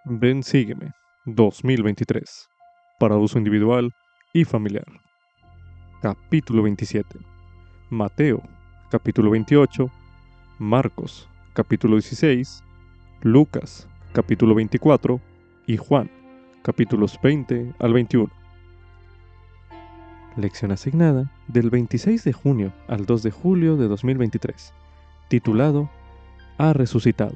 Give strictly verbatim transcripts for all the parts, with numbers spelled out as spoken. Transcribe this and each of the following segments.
Ven, sígueme, dos mil veintitrés, para uso individual y familiar. Capítulo veintisiete. Mateo, capítulo veintiocho. Marcos, capítulo dieciséis. Lucas, capítulo veinticuatro. Y Juan, capítulos veinte al veintiuno. Lección asignada del veintiséis de junio al dos de julio de dos mil veintitrés, titulado Ha resucitado.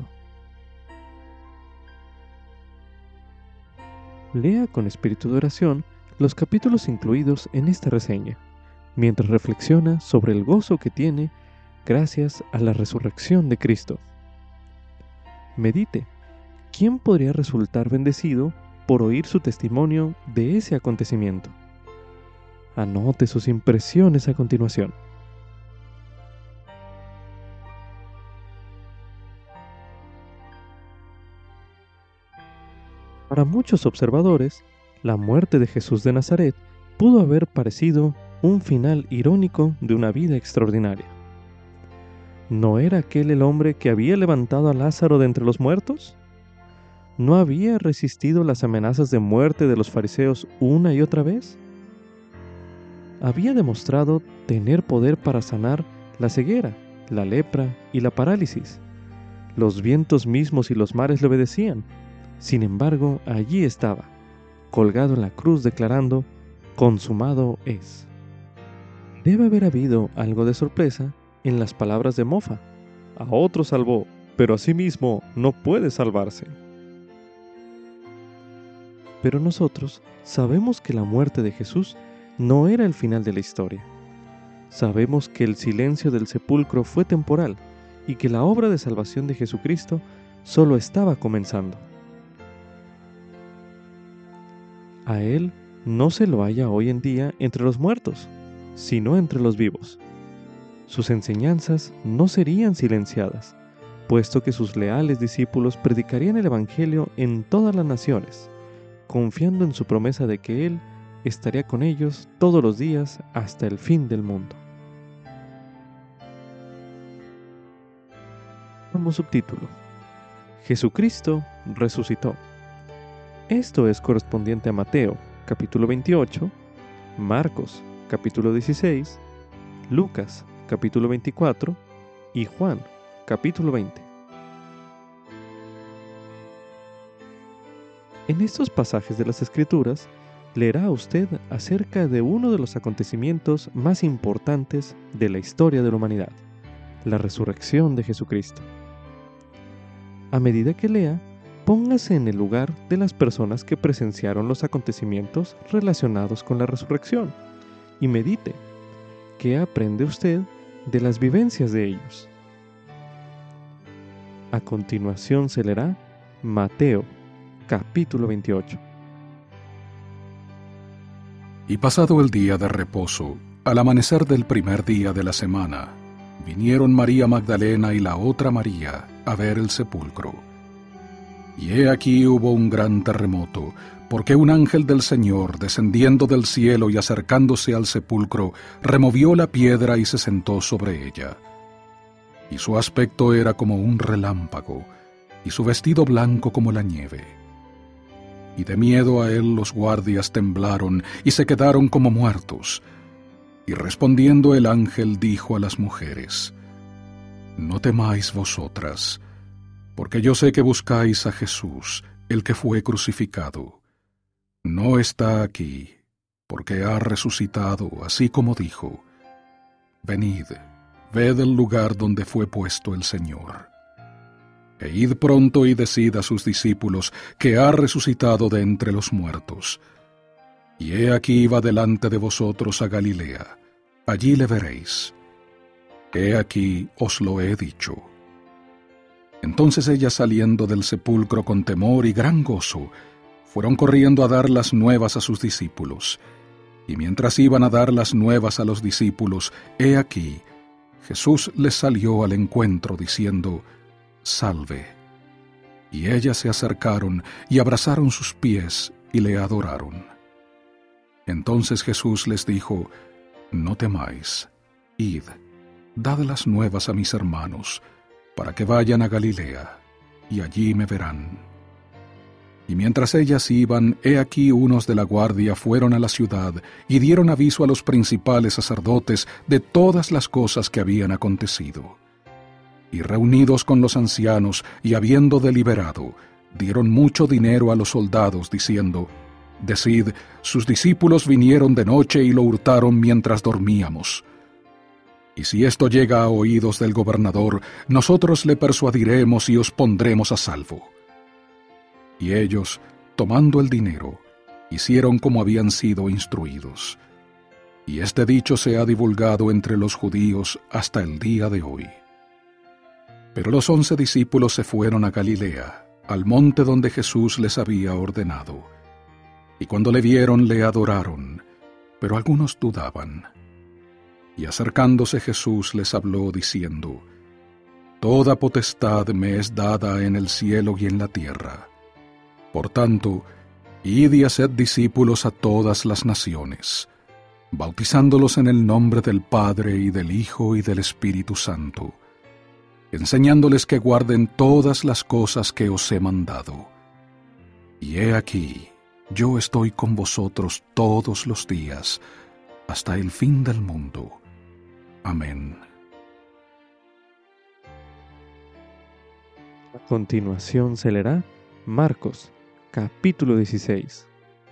Lea con espíritu de oración los capítulos incluidos en esta reseña, mientras reflexiona sobre el gozo que tiene gracias a la resurrección de Cristo. Medite, ¿quién podría resultar bendecido por oír su testimonio de ese acontecimiento? Anote sus impresiones a continuación. Para muchos observadores, la muerte de Jesús de Nazaret pudo haber parecido un final irónico de una vida extraordinaria. ¿No era aquel el hombre que había levantado a Lázaro de entre los muertos? ¿No había resistido las amenazas de muerte de los fariseos una y otra vez? Había demostrado tener poder para sanar la ceguera, la lepra y la parálisis. Los vientos mismos y los mares le obedecían. Sin embargo, allí estaba, colgado en la cruz declarando, consumado es. Debe haber habido algo de sorpresa en las palabras de mofa. A otro salvó, pero a sí mismo no puede salvarse. Pero nosotros sabemos que la muerte de Jesús no era el final de la historia. Sabemos que el silencio del sepulcro fue temporal y que la obra de salvación de Jesucristo solo estaba comenzando. A Él no se lo halla hoy en día entre los muertos, sino entre los vivos. Sus enseñanzas no serían silenciadas, puesto que sus leales discípulos predicarían el Evangelio en todas las naciones, confiando en su promesa de que Él estaría con ellos todos los días hasta el fin del mundo. Como subtítulo: Jesucristo resucitó. Esto es correspondiente a Mateo, capítulo veintiocho, Marcos, capítulo dieciséis, Lucas, capítulo veinticuatro y Juan, capítulo veinte. En estos pasajes de las Escrituras, leerá usted acerca de uno de los acontecimientos más importantes de la historia de la humanidad, la resurrección de Jesucristo. A medida que lea, póngase en el lugar de las personas que presenciaron los acontecimientos relacionados con la resurrección y medite qué aprende usted de las vivencias de ellos. A continuación se leerá Mateo, capítulo veintiocho. Y pasado el día de reposo, al amanecer del primer día de la semana, vinieron María Magdalena y la otra María a ver el sepulcro. Y he aquí hubo un gran terremoto, porque un ángel del Señor, descendiendo del cielo y acercándose al sepulcro, removió la piedra y se sentó sobre ella. Y su aspecto era como un relámpago, y su vestido blanco como la nieve. Y de miedo a él los guardias temblaron y se quedaron como muertos. Y respondiendo el ángel dijo a las mujeres: No temáis vosotras, porque yo sé que buscáis a Jesús, el que fue crucificado. No está aquí, porque ha resucitado, así como dijo. Venid, ved el lugar donde fue puesto el Señor. E id pronto y decid a sus discípulos que ha resucitado de entre los muertos. Y he aquí va delante de vosotros a Galilea, allí le veréis. He aquí os lo he dicho. Entonces ellas, saliendo del sepulcro con temor y gran gozo, fueron corriendo a dar las nuevas a sus discípulos. Y mientras iban a dar las nuevas a los discípulos, he aquí, Jesús les salió al encuentro diciendo: Salve. Y ellas se acercaron y abrazaron sus pies y le adoraron. Entonces Jesús les dijo: No temáis, id, dad las nuevas a mis hermanos, para que vayan a Galilea, y allí me verán. Y mientras ellas iban, he aquí unos de la guardia fueron a la ciudad y dieron aviso a los principales sacerdotes de todas las cosas que habían acontecido. Y reunidos con los ancianos y habiendo deliberado, dieron mucho dinero a los soldados, diciendo: Decid, sus discípulos vinieron de noche y lo hurtaron mientras dormíamos. Y si esto llega a oídos del gobernador, nosotros le persuadiremos y os pondremos a salvo. Y ellos, tomando el dinero, hicieron como habían sido instruidos. Y este dicho se ha divulgado entre los judíos hasta el día de hoy. Pero los once discípulos se fueron a Galilea, al monte donde Jesús les había ordenado. Y cuando le vieron, le adoraron, pero algunos dudaban. Y acercándose Jesús les habló diciendo: Toda potestad me es dada en el cielo y en la tierra. Por tanto, id y haced discípulos a todas las naciones, bautizándolos en el nombre del Padre y del Hijo y del Espíritu Santo, enseñándoles que guarden todas las cosas que os he mandado. Y he aquí, yo estoy con vosotros todos los días, hasta el fin del mundo. Amén. A continuación se leerá Marcos, capítulo dieciséis.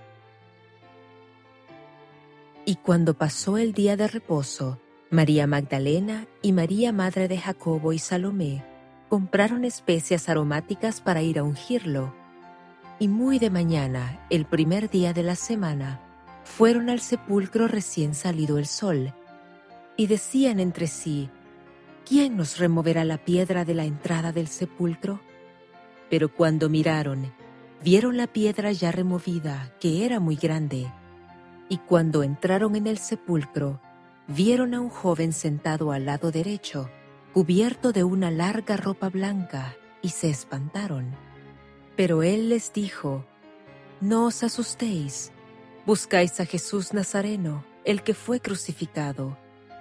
Y cuando pasó el día de reposo, María Magdalena y María madre de Jacobo y Salomé compraron especias aromáticas para ir a ungirlo. Y muy de mañana, el primer día de la semana, fueron al sepulcro recién salido el sol, y decían entre sí: ¿Quién nos removerá la piedra de la entrada del sepulcro? Pero cuando miraron, vieron la piedra ya removida, que era muy grande. Y cuando entraron en el sepulcro, vieron a un joven sentado al lado derecho, cubierto de una larga ropa blanca, y se espantaron. Pero él les dijo: No os asustéis, buscáis a Jesús Nazareno, el que fue crucificado.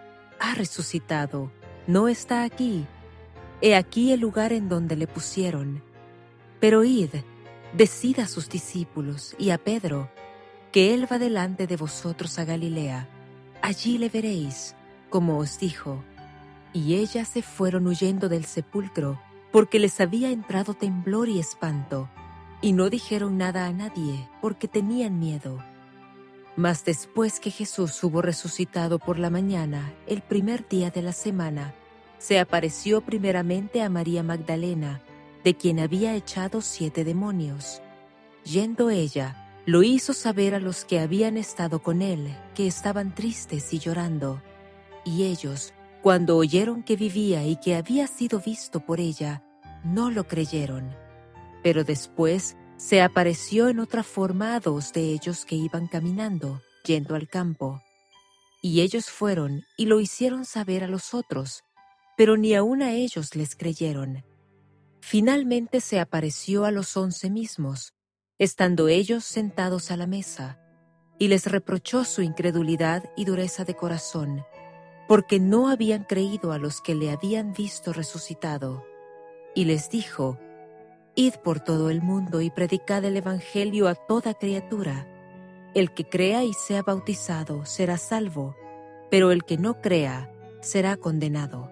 Ha resucitado, no está aquí. He aquí el lugar en donde le pusieron. Pero id, decid a sus discípulos y a Pedro, que él va delante de vosotros a Galilea. Allí le veréis, como os dijo. Y ellas se fueron huyendo del sepulcro, porque les había entrado temblor y espanto, y no dijeron nada a nadie, porque tenían miedo. Mas después que Jesús hubo resucitado por la mañana, el primer día de la semana, se apareció primeramente a María Magdalena, de quien había echado siete demonios. Yendo ella, lo hizo saber a los que habían estado con él, que estaban tristes y llorando. Y ellos, cuando oyeron que vivía y que había sido visto por ella, no lo creyeron. Pero después se apareció en otra forma a dos de ellos que iban caminando, yendo al campo. Y ellos fueron y lo hicieron saber a los otros, pero ni aun a ellos les creyeron. Finalmente se apareció a los once mismos, estando ellos sentados a la mesa, y les reprochó su incredulidad y dureza de corazón, porque no habían creído a los que le habían visto resucitado. Y les dijo: Id por todo el mundo y predicad el Evangelio a toda criatura. El que crea y sea bautizado será salvo, pero el que no crea será condenado.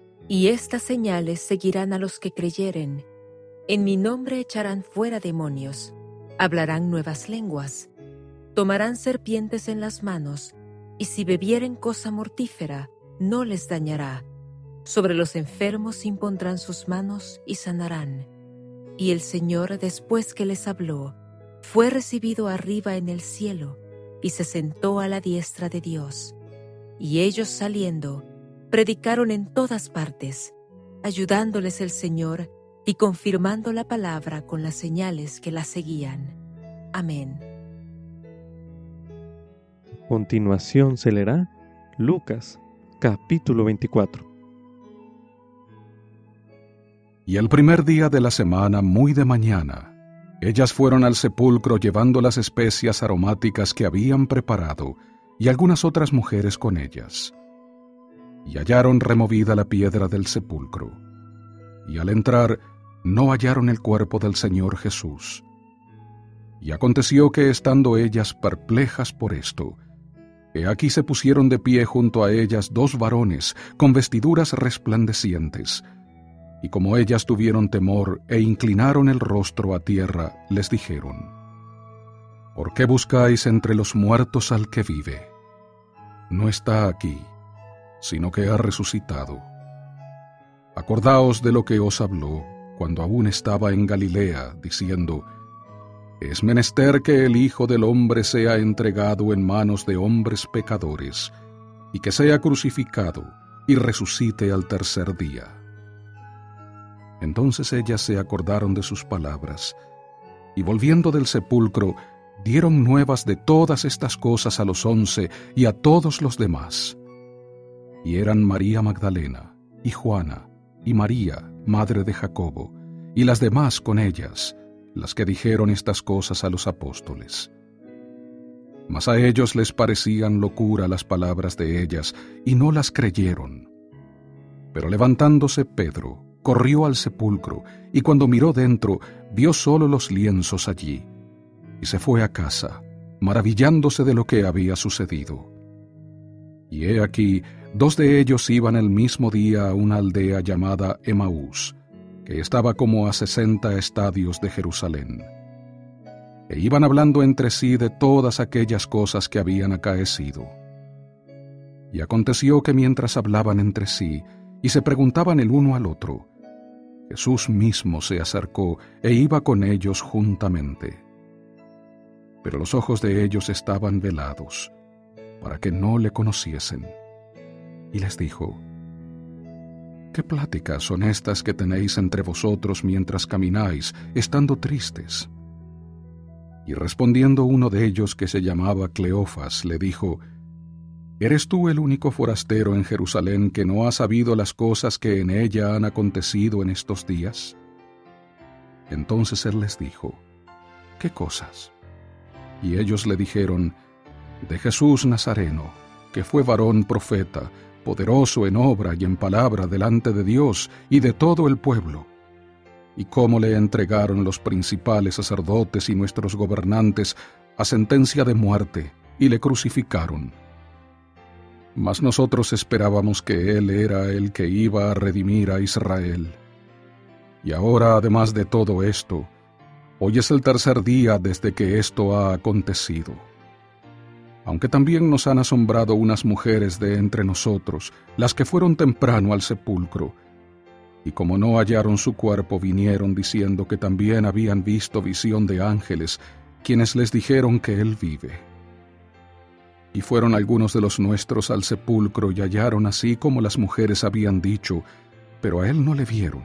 Y estas señales seguirán a los que creyeren. En mi nombre echarán fuera demonios, hablarán nuevas lenguas, tomarán serpientes en las manos, y si bebieren cosa mortífera, no les dañará. Sobre los enfermos impondrán sus manos y sanarán. Y el Señor, después que les habló, fue recibido arriba en el cielo, y se sentó a la diestra de Dios. Y ellos saliendo, predicaron en todas partes, ayudándoles el Señor y confirmando la palabra con las señales que la seguían. Amén. A continuación se leerá Lucas, capítulo veinticuatro. Y el primer día de la semana, muy de mañana, ellas fueron al sepulcro llevando las especias aromáticas que habían preparado, y algunas otras mujeres con ellas. Y hallaron removida la piedra del sepulcro. Y al entrar, no hallaron el cuerpo del Señor Jesús. Y aconteció que estando ellas perplejas por esto, he aquí se pusieron de pie junto a ellas dos varones con vestiduras resplandecientes, y como ellas tuvieron temor e inclinaron el rostro a tierra, les dijeron: ¿Por qué buscáis entre los muertos al que vive? No está aquí, sino que ha resucitado. Acordaos de lo que os habló cuando aún estaba en Galilea, diciendo: es menester que el Hijo del Hombre sea entregado en manos de hombres pecadores, y que sea crucificado, y resucite al tercer día. Entonces ellas se acordaron de sus palabras, y volviendo del sepulcro, dieron nuevas de todas estas cosas a los once y a todos los demás. Y eran María Magdalena, y Juana, y María, madre de Jacobo, y las demás con ellas, las que dijeron estas cosas a los apóstoles. Mas a ellos les parecían locura las palabras de ellas, y no las creyeron. Pero levantándose Pedro, corrió al sepulcro, y cuando miró dentro, vio solo los lienzos allí, y se fue a casa, maravillándose de lo que había sucedido. Y he aquí, dos de ellos iban el mismo día a una aldea llamada Emaús, que estaba como a sesenta estadios de Jerusalén. E iban hablando entre sí de todas aquellas cosas que habían acaecido. Y aconteció que mientras hablaban entre sí, y se preguntaban el uno al otro, Jesús mismo se acercó e iba con ellos juntamente. Pero los ojos de ellos estaban velados, para que no le conociesen. Y les dijo: ¿qué pláticas son estas que tenéis entre vosotros mientras camináis, estando tristes? Y respondiendo uno de ellos, que se llamaba Cleofas, le dijo: ¿eres tú el único forastero en Jerusalén que no ha sabido las cosas que en ella han acontecido en estos días? Entonces él les dijo: ¿qué cosas? Y ellos le dijeron: de Jesús Nazareno, que fue varón profeta, poderoso en obra y en palabra delante de Dios y de todo el pueblo, y cómo le entregaron los principales sacerdotes y nuestros gobernantes a sentencia de muerte, y le crucificaron. Mas nosotros esperábamos que él era el que iba a redimir a Israel. Y ahora, además de todo esto, hoy es el tercer día desde que esto ha acontecido. Aunque también nos han asombrado unas mujeres de entre nosotros, las que fueron temprano al sepulcro, y como no hallaron su cuerpo, vinieron diciendo que también habían visto visión de ángeles, quienes les dijeron que él vive. Y fueron algunos de los nuestros al sepulcro y hallaron así como las mujeres habían dicho, pero a él no le vieron.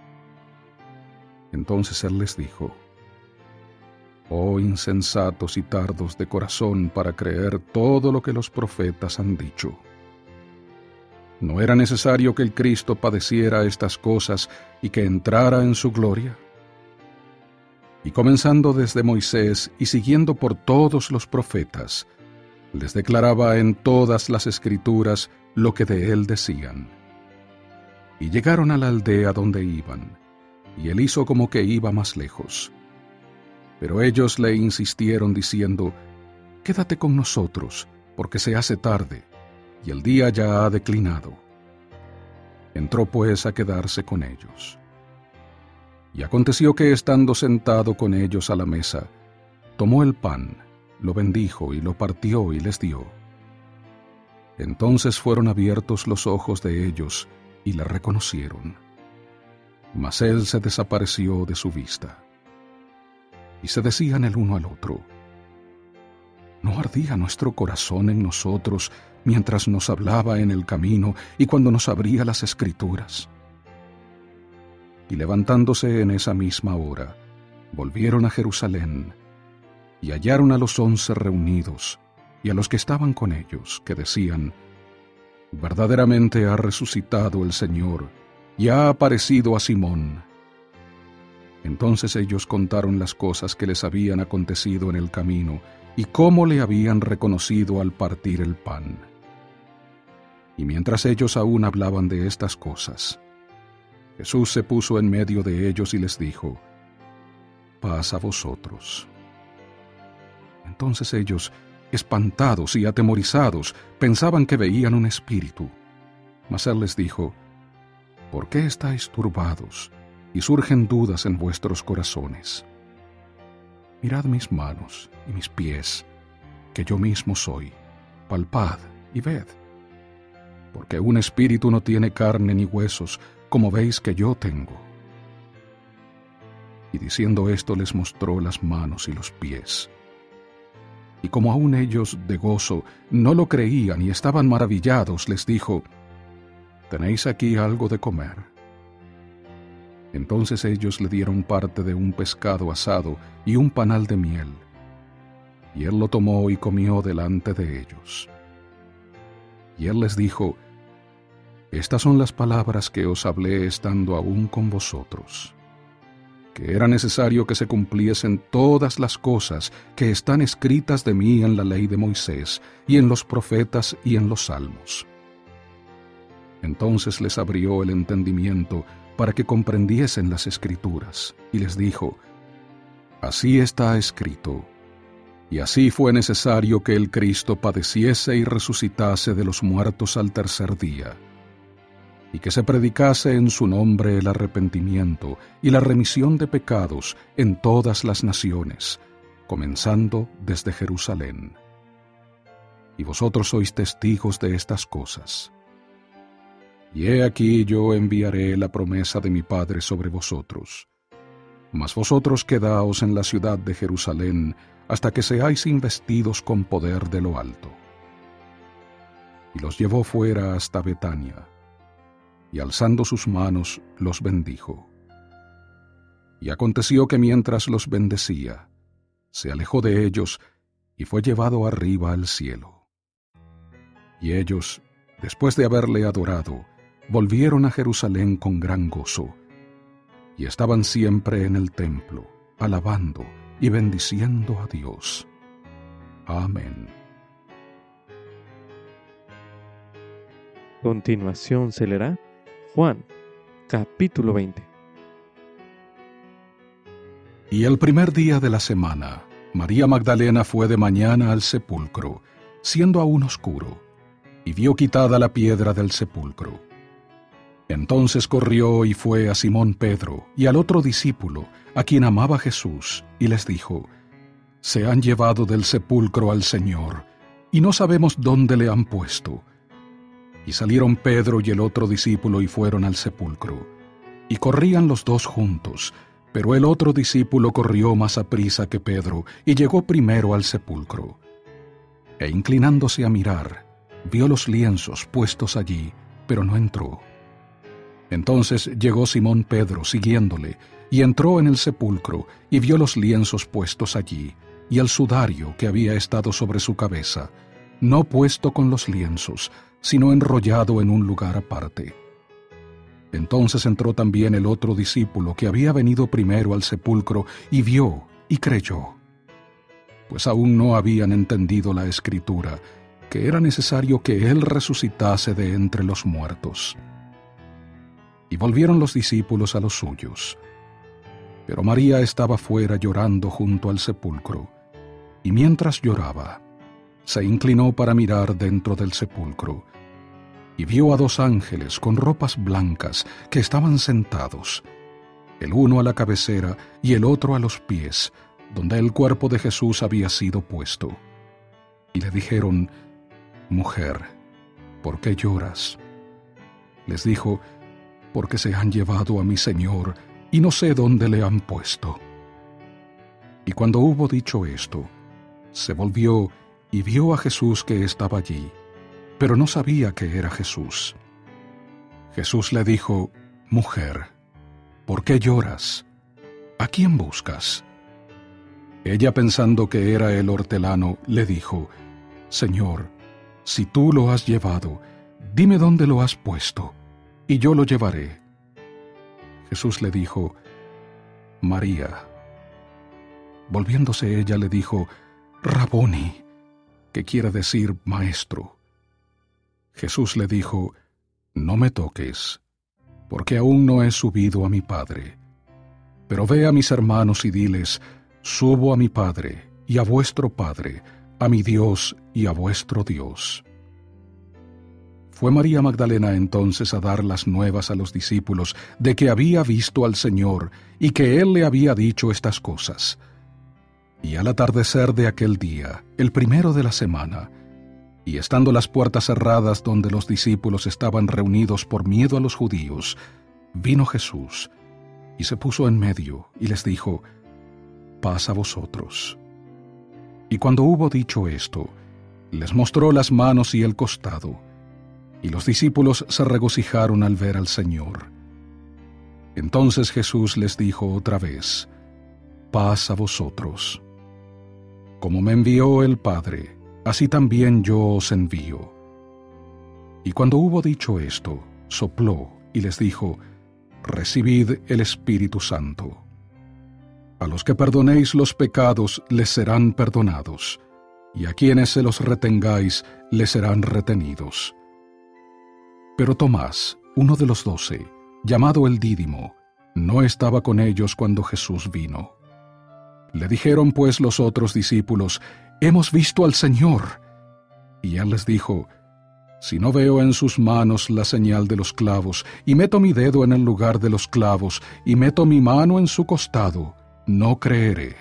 Entonces él les dijo: oh insensatos y tardos de corazón para creer todo lo que los profetas han dicho. ¿No era necesario que el Cristo padeciera estas cosas y que entrara en su gloria? Y comenzando desde Moisés y siguiendo por todos los profetas, les declaraba en todas las Escrituras lo que de él decían. Y llegaron a la aldea donde iban, y él hizo como que iba más lejos. Pero ellos le insistieron diciendo: quédate con nosotros, porque se hace tarde, y el día ya ha declinado. Entró pues a quedarse con ellos. Y aconteció que estando sentado con ellos a la mesa, tomó el pan, lo bendijo y lo partió y les dio. Entonces fueron abiertos los ojos de ellos y le reconocieron. Mas él se desapareció de su vista. Y se decían el uno al otro: ¿no ardía nuestro corazón en nosotros mientras nos hablaba en el camino y cuando nos abría las Escrituras? Y levantándose en esa misma hora, volvieron a Jerusalén, y hallaron a los once reunidos, y a los que estaban con ellos, que decían: verdaderamente ha resucitado el Señor, y ha aparecido a Simón. Entonces ellos contaron las cosas que les habían acontecido en el camino, y cómo le habían reconocido al partir el pan. Y mientras ellos aún hablaban de estas cosas, Jesús se puso en medio de ellos y les dijo: paz a vosotros. Entonces ellos, espantados y atemorizados, pensaban que veían un espíritu. Mas él les dijo: ¿Por qué estáis turbados y surgen dudas en vuestros corazones? Mirad mis manos y mis pies, que yo mismo soy. Palpad y ved. Porque un espíritu no tiene carne ni huesos, como veis que yo tengo. Y diciendo esto les mostró las manos y los pies. Y como aún ellos de gozo no lo creían y estaban maravillados, les dijo: ¿Tenéis aquí algo de comer? Entonces ellos le dieron parte de un pescado asado y un panal de miel. Y él lo tomó y comió delante de ellos. Y él les dijo: Estas son las palabras que os hablé estando aún con vosotros, que era necesario que se cumpliesen todas las cosas que están escritas de mí en la ley de Moisés, y en los profetas y en los salmos. Entonces les abrió el entendimiento para que comprendiesen las Escrituras, y les dijo: Así está escrito, y así fue necesario que el Cristo padeciese y resucitase de los muertos al tercer día, y que se predicase en su nombre el arrepentimiento y la remisión de pecados en todas las naciones, comenzando desde Jerusalén. Y vosotros sois testigos de estas cosas. Y he aquí yo enviaré la promesa de mi Padre sobre vosotros. Mas vosotros quedaos en la ciudad de Jerusalén hasta que seáis investidos con poder de lo alto. Y los llevó fuera hasta Betania, y alzando sus manos los bendijo. Y aconteció que mientras los bendecía, se alejó de ellos y fue llevado arriba al cielo. Y ellos, después de haberle adorado, volvieron a Jerusalén con gran gozo, y estaban siempre en el templo, alabando y bendiciendo a Dios. Amén. Continuación se leerá Juan, capítulo veinte. Y el primer día de la semana, María Magdalena fue de mañana al sepulcro, siendo aún oscuro, y vio quitada la piedra del sepulcro. Entonces corrió y fue a Simón Pedro y al otro discípulo, a quien amaba Jesús, y les dijo: Se han llevado del sepulcro al Señor, y no sabemos dónde le han puesto. Y salieron Pedro y el otro discípulo y fueron al sepulcro. Y corrían los dos juntos, pero el otro discípulo corrió más aprisa que Pedro, y llegó primero al sepulcro. E inclinándose a mirar, vio los lienzos puestos allí, pero no entró. Entonces llegó Simón Pedro siguiéndole, y entró en el sepulcro, y vio los lienzos puestos allí, y el sudario que había estado sobre su cabeza, no puesto con los lienzos, sino enrollado en un lugar aparte. Entonces entró también el otro discípulo que había venido primero al sepulcro, y vio y creyó, pues aún no habían entendido la Escritura, que era necesario que él resucitase de entre los muertos. Y volvieron los discípulos a los suyos. Pero María estaba fuera llorando junto al sepulcro, y mientras lloraba, se inclinó para mirar dentro del sepulcro, y vio a dos ángeles con ropas blancas que estaban sentados, el uno a la cabecera y el otro a los pies, donde el cuerpo de Jesús había sido puesto. Y le dijeron: Mujer, ¿por qué lloras? Les dijo: Porque se han llevado a mi Señor, y no sé dónde le han puesto. Y cuando hubo dicho esto, se volvió y vio a Jesús que estaba allí, pero no sabía que era Jesús. Jesús le dijo: Mujer, ¿por qué lloras? ¿A quién buscas? Ella, pensando que era el hortelano, le dijo: Señor, si tú lo has llevado, dime dónde lo has puesto, y yo lo llevaré. Jesús le dijo: María. Volviéndose ella le dijo: Raboni, que quiere decir maestro. Jesús le dijo: No me toques, porque aún no he subido a mi Padre. Pero ve a mis hermanos y diles: Subo a mi Padre y a vuestro Padre, a mi Dios y a vuestro Dios». Fue María Magdalena entonces a dar las nuevas a los discípulos de que había visto al Señor y que Él le había dicho estas cosas. Y al atardecer de aquel día, el primero de la semana, y estando las puertas cerradas donde los discípulos estaban reunidos por miedo a los judíos, vino Jesús, y se puso en medio, y les dijo: «Paz a vosotros». Y cuando hubo dicho esto, les mostró las manos y el costado, y los discípulos se regocijaron al ver al Señor. Entonces Jesús les dijo otra vez: «Paz a vosotros. Como me envió el Padre, así también yo os envío». Y cuando hubo dicho esto, sopló y les dijo: «Recibid el Espíritu Santo. A los que perdonéis los pecados les serán perdonados, y a quienes se los retengáis les serán retenidos». Pero Tomás, uno de los doce, llamado el Dídimo, no estaba con ellos cuando Jesús vino. Le dijeron pues los otros discípulos: «Hemos visto al Señor». Y él les dijo: «Si no veo en sus manos la señal de los clavos, y meto mi dedo en el lugar de los clavos, y meto mi mano en su costado, no creeré».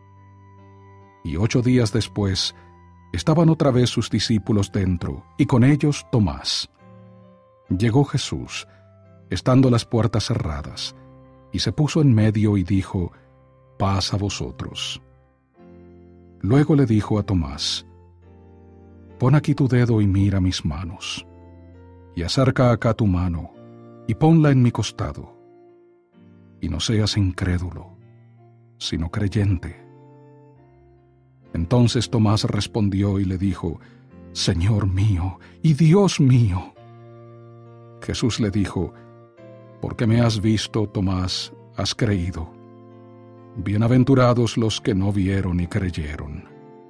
Y ocho días después, estaban otra vez sus discípulos dentro, y con ellos Tomás. Llegó Jesús, estando las puertas cerradas, y se puso en medio y dijo: «Paz a vosotros». Luego le dijo a Tomás: «Pon aquí tu dedo y mira mis manos, y acerca acá tu mano, y ponla en mi costado, y no seas incrédulo, sino creyente». Entonces Tomás respondió y le dijo: «Señor mío y Dios mío». Jesús le dijo: «Porque me has visto, Tomás, has creído. Bienaventurados los que no vieron y creyeron».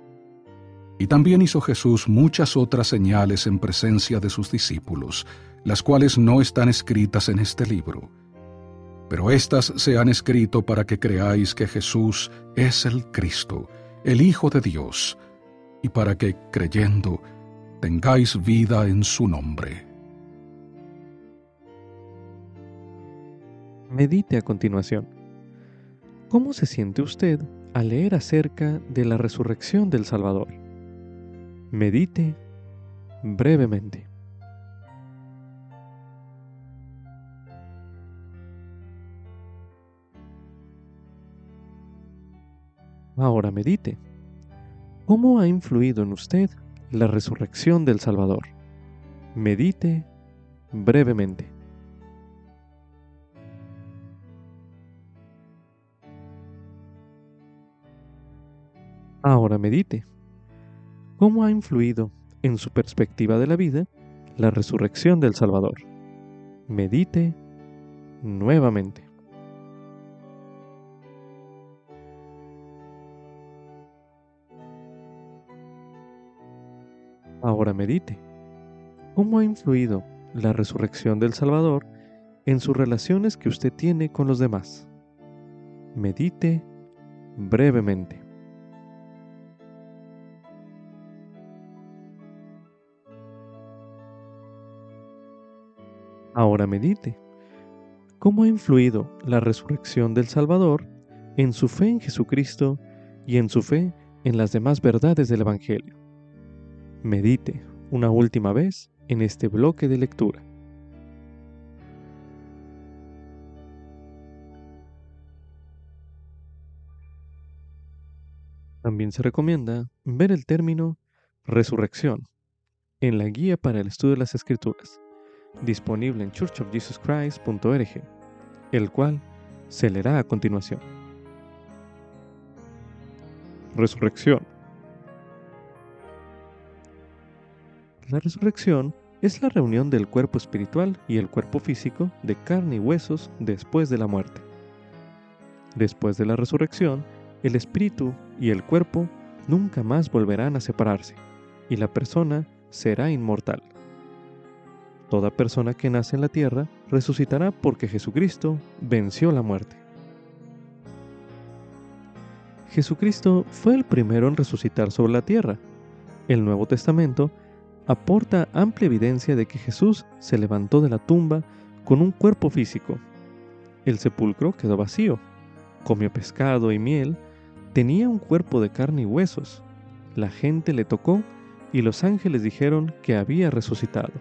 Y también hizo Jesús muchas otras señales en presencia de sus discípulos, las cuales no están escritas en este libro. Pero éstas se han escrito para que creáis que Jesús es el Cristo, el Hijo de Dios, y para que, creyendo, tengáis vida en su nombre. Medite a continuación. ¿Cómo se siente usted al leer acerca de la resurrección del Salvador? Medite brevemente. Ahora medite. ¿Cómo ha influido en usted la resurrección del Salvador? Medite brevemente. Ahora medite. ¿Cómo ha influido en su perspectiva de la vida la resurrección del Salvador? Medite nuevamente. Ahora medite. ¿Cómo ha influido la resurrección del Salvador en sus relaciones que usted tiene con los demás? Medite brevemente. Ahora medite. ¿Cómo ha influido la resurrección del Salvador en su fe en Jesucristo y en su fe en las demás verdades del Evangelio? Medite una última vez en este bloque de lectura. También se recomienda ver el término resurrección en la guía para el estudio de las Escrituras, disponible en church of jesus christ punto org, el cual se leerá a continuación. Resurrección. La resurrección es la reunión del cuerpo espiritual y el cuerpo físico de carne y huesos después de la muerte. Después de la resurrección, el espíritu y el cuerpo nunca más volverán a separarse, y la persona será inmortal. Toda persona que nace en la tierra resucitará porque Jesucristo venció la muerte. Jesucristo fue el primero en resucitar sobre la tierra. El Nuevo Testamento aporta amplia evidencia de que Jesús se levantó de la tumba con un cuerpo físico. El sepulcro quedó vacío, comió pescado y miel, tenía un cuerpo de carne y huesos. La gente le tocó y los ángeles dijeron que había resucitado.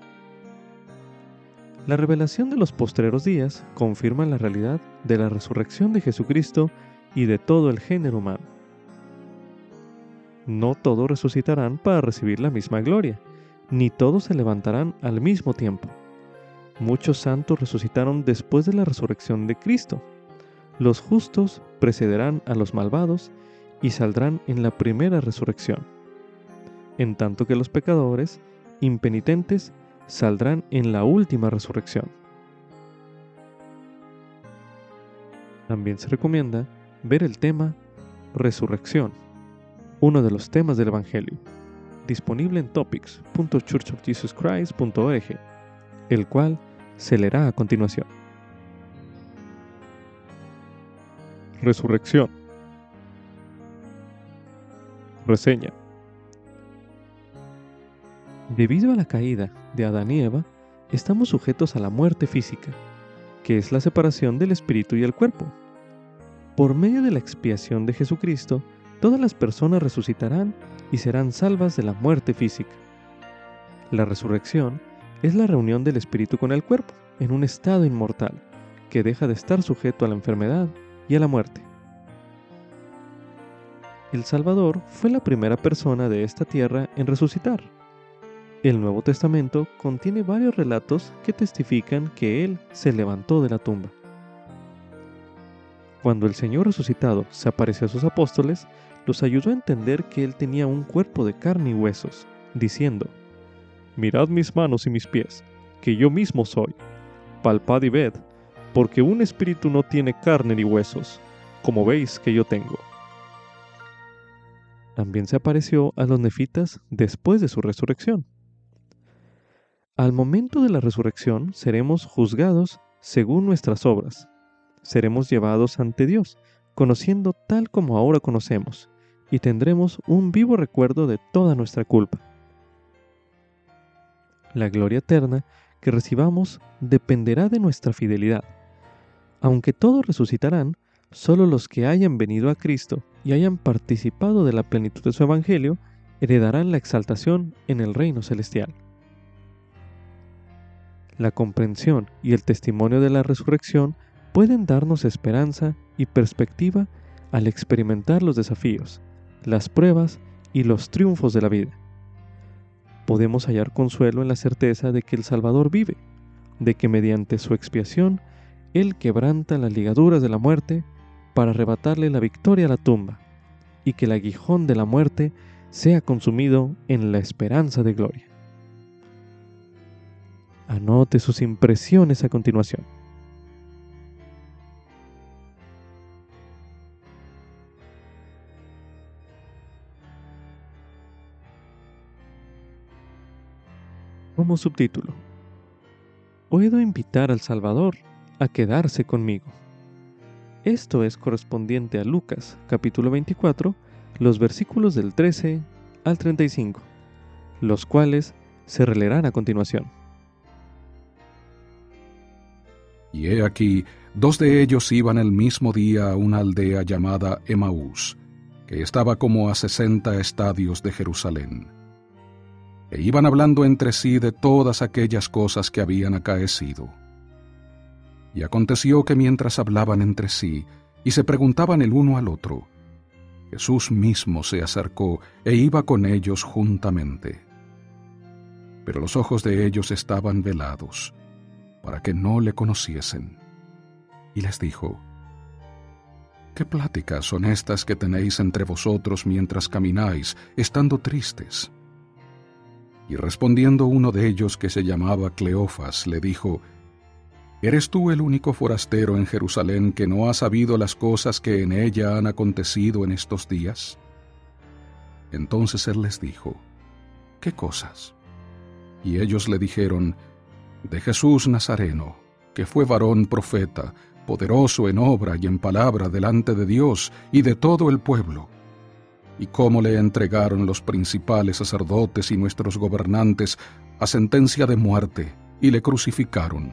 La revelación de los postreros días confirma la realidad de la resurrección de Jesucristo y de todo el género humano. No todos resucitarán para recibir la misma gloria, ni todos se levantarán al mismo tiempo. Muchos santos resucitaron después de la resurrección de Cristo. Los justos precederán a los malvados y saldrán en la primera resurrección, en tanto que los pecadores, impenitentes, saldrán en la última resurrección. También se recomienda ver el tema Resurrección, uno de los temas del Evangelio, disponible en topics punto church of jesus christ punto org, el cual se leerá a continuación. Resurrección. Reseña. Debido a la caída de Adán y Eva, estamos sujetos a la muerte física, que es la separación del espíritu y el cuerpo. Por medio de la expiación de Jesucristo, todas las personas resucitarán y serán salvas de la muerte física. La resurrección es la reunión del espíritu con el cuerpo en un estado inmortal, que deja de estar sujeto a la enfermedad y a la muerte. El Salvador fue la primera persona de esta tierra en resucitar. El Nuevo Testamento contiene varios relatos que testifican que Él se levantó de la tumba. Cuando el Señor resucitado se apareció a sus apóstoles, los ayudó a entender que Él tenía un cuerpo de carne y huesos, diciendo: «Mirad mis manos y mis pies, que yo mismo soy. Palpad y ved, porque un espíritu no tiene carne ni huesos, como veis que yo tengo». También se apareció a los nefitas después de su resurrección. Al momento de la resurrección seremos juzgados según nuestras obras. Seremos llevados ante Dios, conociendo tal como ahora conocemos, y tendremos un vivo recuerdo de toda nuestra culpa. La gloria eterna que recibamos dependerá de nuestra fidelidad. Aunque todos resucitarán, solo los que hayan venido a Cristo y hayan participado de la plenitud de su Evangelio heredarán la exaltación en el reino celestial. La comprensión y el testimonio de la resurrección pueden darnos esperanza y perspectiva al experimentar los desafíos, las pruebas y los triunfos de la vida. Podemos hallar consuelo en la certeza de que el Salvador vive, de que mediante su expiación Él quebranta las ligaduras de la muerte para arrebatarle la victoria a la tumba, y que el aguijón de la muerte sea consumido en la esperanza de gloria. Anote sus impresiones a continuación. Como subtítulo: puedo invitar al Salvador a quedarse conmigo. Esto es correspondiente a Lucas, capítulo veinticuatro, los versículos del trece al treinta y cinco, los cuales se releerán a continuación. Y he aquí, dos de ellos iban el mismo día a una aldea llamada Emaús, que estaba como a sesenta estadios de Jerusalén. E iban hablando entre sí de todas aquellas cosas que habían acaecido. Y aconteció que mientras hablaban entre sí, y se preguntaban el uno al otro, Jesús mismo se acercó e iba con ellos juntamente. Pero los ojos de ellos estaban velados, para que no le conociesen. Y les dijo: ¿Qué pláticas son estas que tenéis entre vosotros mientras camináis, estando tristes? Y respondiendo uno de ellos, que se llamaba Cleofas, le dijo: ¿Eres tú el único forastero en Jerusalén que no ha sabido las cosas que en ella han acontecido en estos días? Entonces él les dijo: ¿Qué cosas? Y ellos le dijeron: de Jesús Nazareno, que fue varón profeta, poderoso en obra y en palabra delante de Dios y de todo el pueblo, y cómo le entregaron los principales sacerdotes y nuestros gobernantes a sentencia de muerte, y le crucificaron.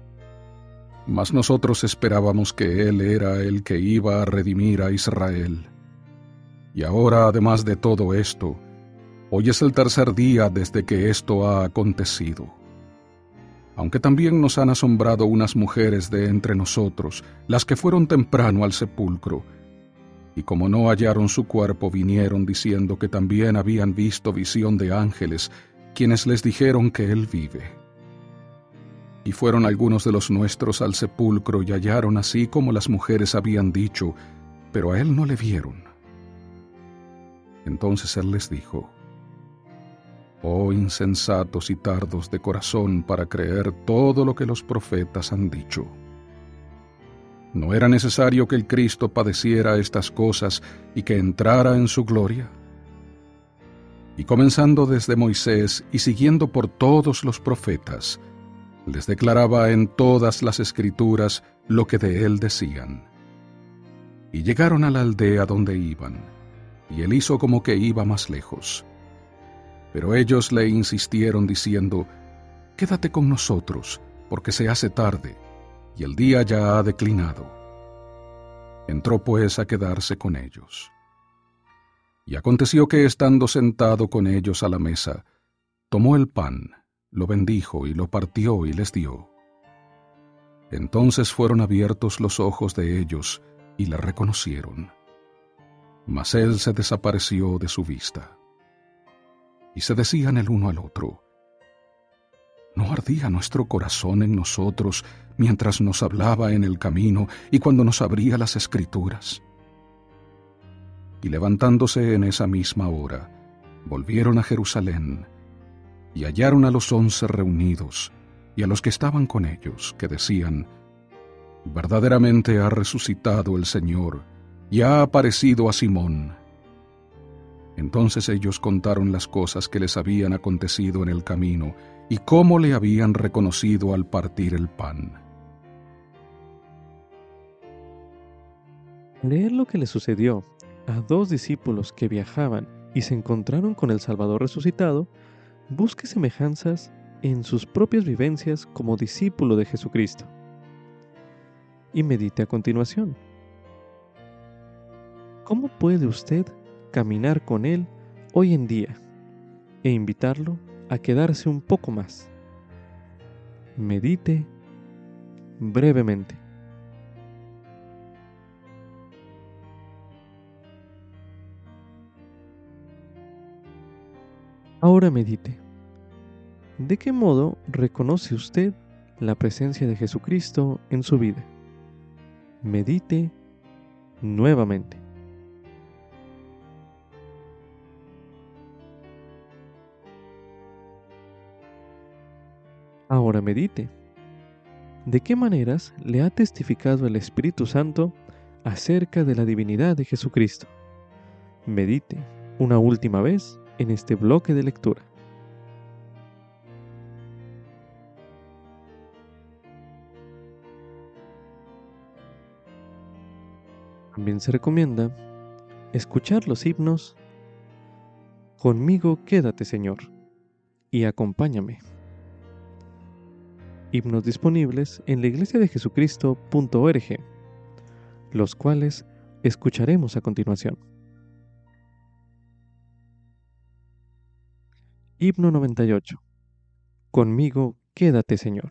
Mas nosotros esperábamos que Él era el que iba a redimir a Israel. Y ahora, además de todo esto, hoy es el tercer día desde que esto ha acontecido. Aunque también nos han asombrado unas mujeres de entre nosotros, las que fueron temprano al sepulcro, y como no hallaron su cuerpo, vinieron diciendo que también habían visto visión de ángeles, quienes les dijeron que Él vive. Y fueron algunos de los nuestros al sepulcro y hallaron así como las mujeres habían dicho, pero a Él no le vieron. Entonces Él les dijo: Oh insensatos y tardos de corazón para creer todo lo que los profetas han dicho. ¿No era necesario que el Cristo padeciera estas cosas y que entrara en su gloria? Y comenzando desde Moisés y siguiendo por todos los profetas, les declaraba en todas las Escrituras lo que de él decían. Y llegaron a la aldea donde iban, y él hizo como que iba más lejos. Pero ellos le insistieron diciendo: Quédate con nosotros, porque se hace tarde, y el día ya ha declinado. Entró pues a quedarse con ellos. Y aconteció que estando sentado con ellos a la mesa, tomó el pan, lo bendijo y lo partió y les dio. Entonces fueron abiertos los ojos de ellos y le reconocieron. Mas él se desapareció de su vista. Y se decían el uno al otro: ¿No ardía nuestro corazón en nosotros mientras nos hablaba en el camino y cuando nos abría las Escrituras? Y levantándose en esa misma hora, volvieron a Jerusalén, y hallaron a los once reunidos, y a los que estaban con ellos, que decían: Verdaderamente ha resucitado el Señor, y ha aparecido a Simón. Entonces ellos contaron las cosas que les habían acontecido en el camino, y cómo le habían reconocido al partir el pan. Leer lo que le sucedió a dos discípulos que viajaban y se encontraron con el Salvador resucitado, busque semejanzas en sus propias vivencias como discípulo de Jesucristo. Y medite a continuación. ¿Cómo puede usted caminar con Él hoy en día e invitarlo a quedarse un poco más? Medite brevemente. Ahora medite. ¿De qué modo reconoce usted la presencia de Jesucristo en su vida? Medite nuevamente. Ahora medite. ¿De qué maneras le ha testificado el Espíritu Santo acerca de la divinidad de Jesucristo? Medite una última vez en este bloque de lectura. También se recomienda escuchar los himnos Conmigo quédate, Señor, y acompáñame. Himnos disponibles en la iglesia de jesucristo punto org, los cuales escucharemos a continuación. Himno noventa y ocho. Conmigo quédate, Señor.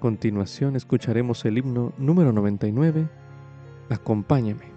continuación escucharemos el himno número noventa y nueve, Acompáñame.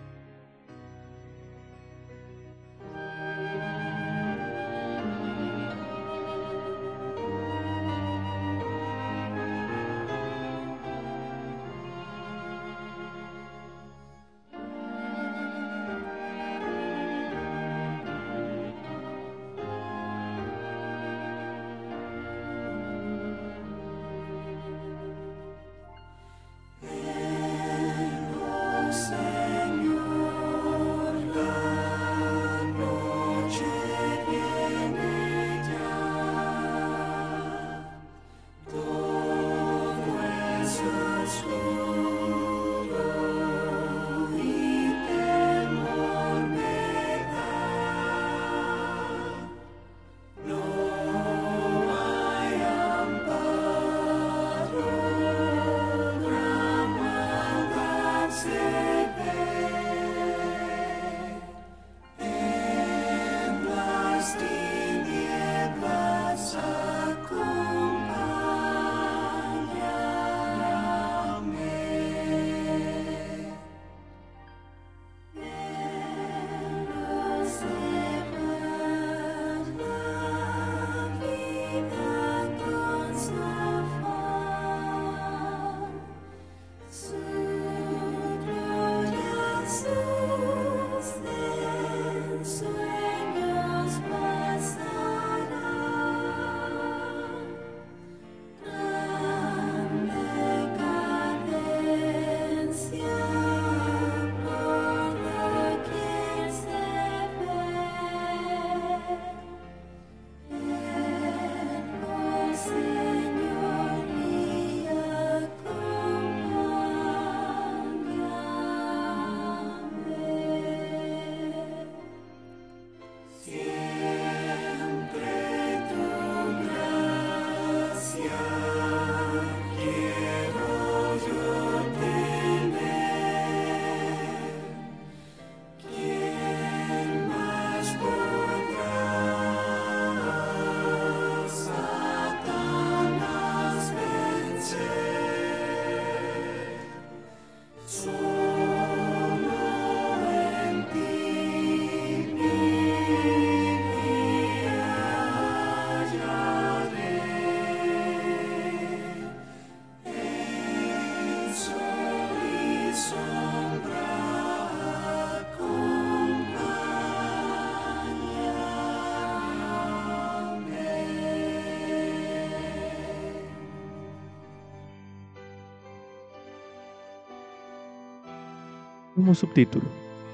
Como subtítulo: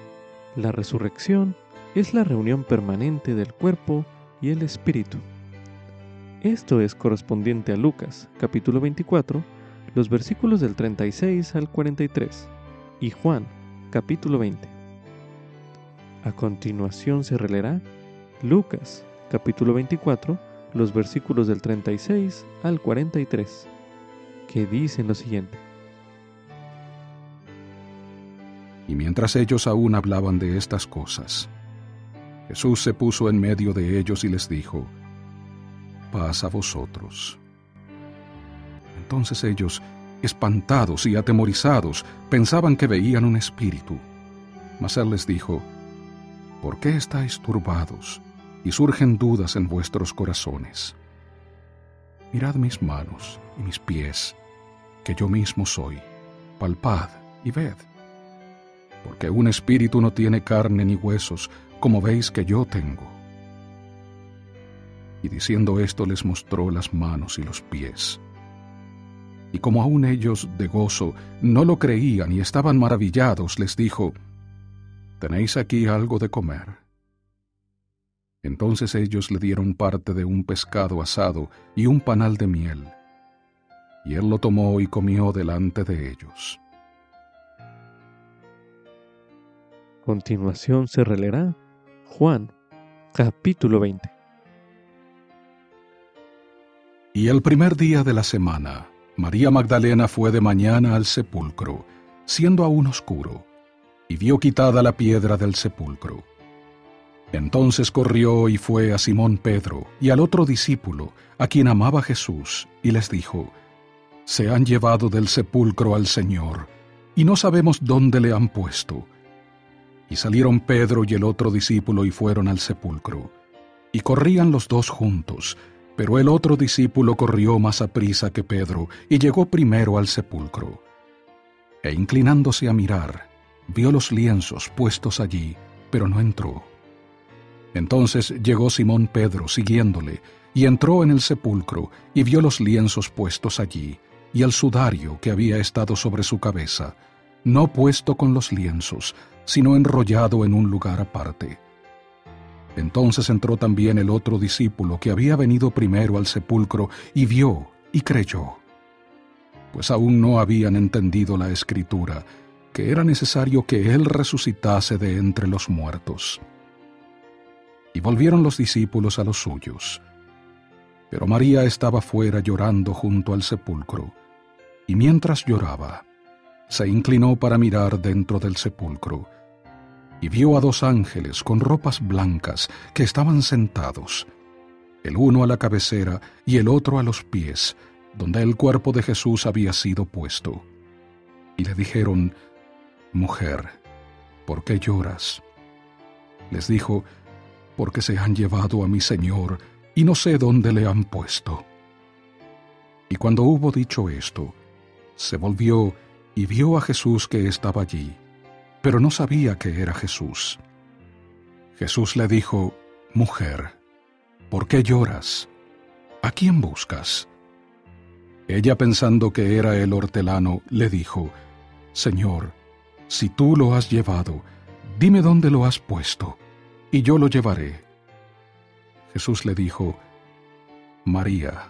La resurrección es la reunión permanente del cuerpo y el espíritu. Esto es correspondiente a Lucas, capítulo veinticuatro, los versículos del treinta y seis al cuarenta y tres, y Juan, capítulo veinte. A continuación se releerá Lucas, capítulo veinticuatro, los versículos del treinta y seis al cuarenta y tres, que dicen lo siguiente. Y mientras ellos aún hablaban de estas cosas, Jesús se puso en medio de ellos y les dijo: Paz a vosotros. Entonces ellos, espantados y atemorizados, pensaban que veían un espíritu. Mas él les dijo: ¿Por qué estáis turbados y surgen dudas en vuestros corazones? Mirad mis manos y mis pies, que yo mismo soy. Palpad y ved. Porque un espíritu no tiene carne ni huesos, como veis que yo tengo. Y diciendo esto les mostró las manos y los pies. Y como aún ellos de gozo no lo creían y estaban maravillados, les dijo: ¿Tenéis aquí algo de comer? Entonces ellos le dieron parte de un pescado asado y un panal de miel. Y él lo tomó y comió delante de ellos. A continuación se releerá Juan, capítulo veinte. Y el primer día de la semana, María Magdalena fue de mañana al sepulcro, siendo aún oscuro, y vio quitada la piedra del sepulcro. Entonces corrió y fue a Simón Pedro y al otro discípulo, a quien amaba Jesús, y les dijo: se han llevado del sepulcro al Señor, y no sabemos dónde le han puesto. Y salieron Pedro y el otro discípulo y fueron al sepulcro. Y corrían los dos juntos, pero el otro discípulo corrió más aprisa que Pedro, y llegó primero al sepulcro. E inclinándose a mirar, vio los lienzos puestos allí, pero no entró. Entonces llegó Simón Pedro siguiéndole, y entró en el sepulcro, y vio los lienzos puestos allí, y el sudario que había estado sobre su cabeza, no puesto con los lienzos, sino enrollado en un lugar aparte. Entonces entró también el otro discípulo que había venido primero al sepulcro, y vio y creyó. Pues aún no habían entendido la Escritura, que era necesario que él resucitase de entre los muertos. Y volvieron los discípulos a los suyos. Pero María estaba fuera llorando junto al sepulcro, y mientras lloraba, se inclinó para mirar dentro del sepulcro, y vio a dos ángeles con ropas blancas que estaban sentados, el uno a la cabecera y el otro a los pies, donde el cuerpo de Jesús había sido puesto. Y le dijeron: «Mujer, ¿por qué lloras?» Les dijo: «Porque se han llevado a mi Señor, y no sé dónde le han puesto». Y cuando hubo dicho esto, se volvió y vio a Jesús que estaba allí, pero no sabía que era Jesús. Jesús le dijo: «Mujer, ¿por qué lloras? ¿A quién buscas?» Ella, pensando que era el hortelano, le dijo: «Señor, si tú lo has llevado, dime dónde lo has puesto, y yo lo llevaré». Jesús le dijo: «María».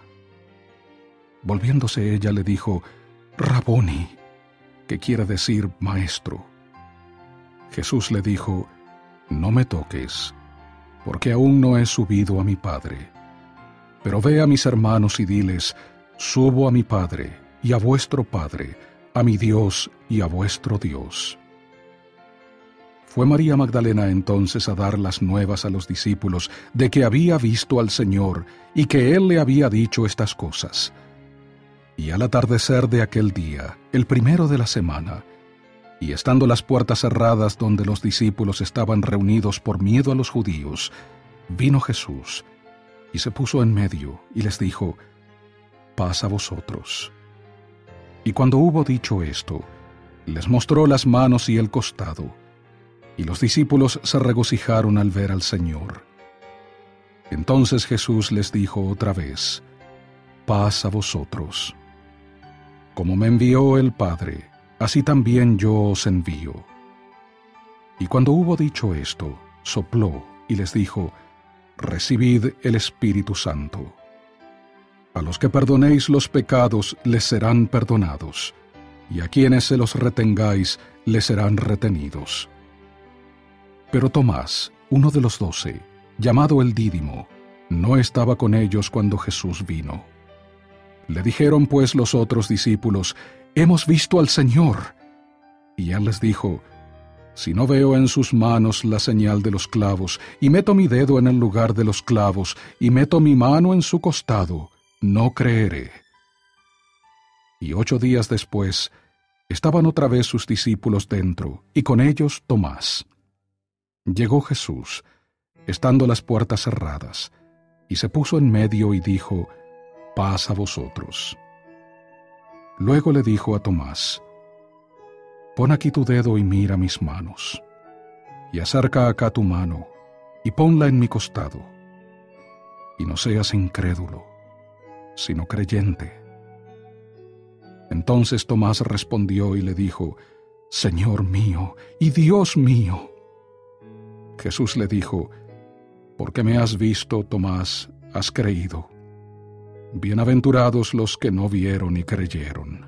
Volviéndose ella le dijo: «Raboni», que quiere decir maestro. Jesús le dijo: «No me toques, porque aún no he subido a mi Padre. Pero ve a mis hermanos y diles: subo a mi Padre y a vuestro Padre, a mi Dios y a vuestro Dios». Fue María Magdalena entonces a dar las nuevas a los discípulos de que había visto al Señor y que Él le había dicho estas cosas. Y al atardecer de aquel día, el primero de la semana, y estando las puertas cerradas donde los discípulos estaban reunidos por miedo a los judíos, vino Jesús y se puso en medio y les dijo: «Paz a vosotros». Y cuando hubo dicho esto, les mostró las manos y el costado, y los discípulos se regocijaron al ver al Señor. Entonces Jesús les dijo otra vez: «Paz a vosotros. Como me envió el Padre, así también yo os envío». Y cuando hubo dicho esto, sopló y les dijo: «Recibid el Espíritu Santo. A los que perdonéis los pecados les serán perdonados, y a quienes se los retengáis les serán retenidos». Pero Tomás, uno de los doce, llamado el Dídimo, no estaba con ellos cuando Jesús vino. Le dijeron pues los otros discípulos: «Hemos visto al Señor». Y él les dijo: «Si no veo en sus manos la señal de los clavos, y meto mi dedo en el lugar de los clavos, y meto mi mano en su costado, no creeré». Y ocho días después, estaban otra vez sus discípulos dentro, y con ellos Tomás. Llegó Jesús, estando las puertas cerradas, y se puso en medio y dijo: «Paz a vosotros». Luego le dijo a Tomás: «Pon aquí tu dedo y mira mis manos, y acerca acá tu mano, y ponla en mi costado, y no seas incrédulo, sino creyente». Entonces Tomás respondió y le dijo: «Señor mío y Dios mío». Jesús le dijo: «Porque me has visto, Tomás, has creído. Bienaventurados los que no vieron y creyeron».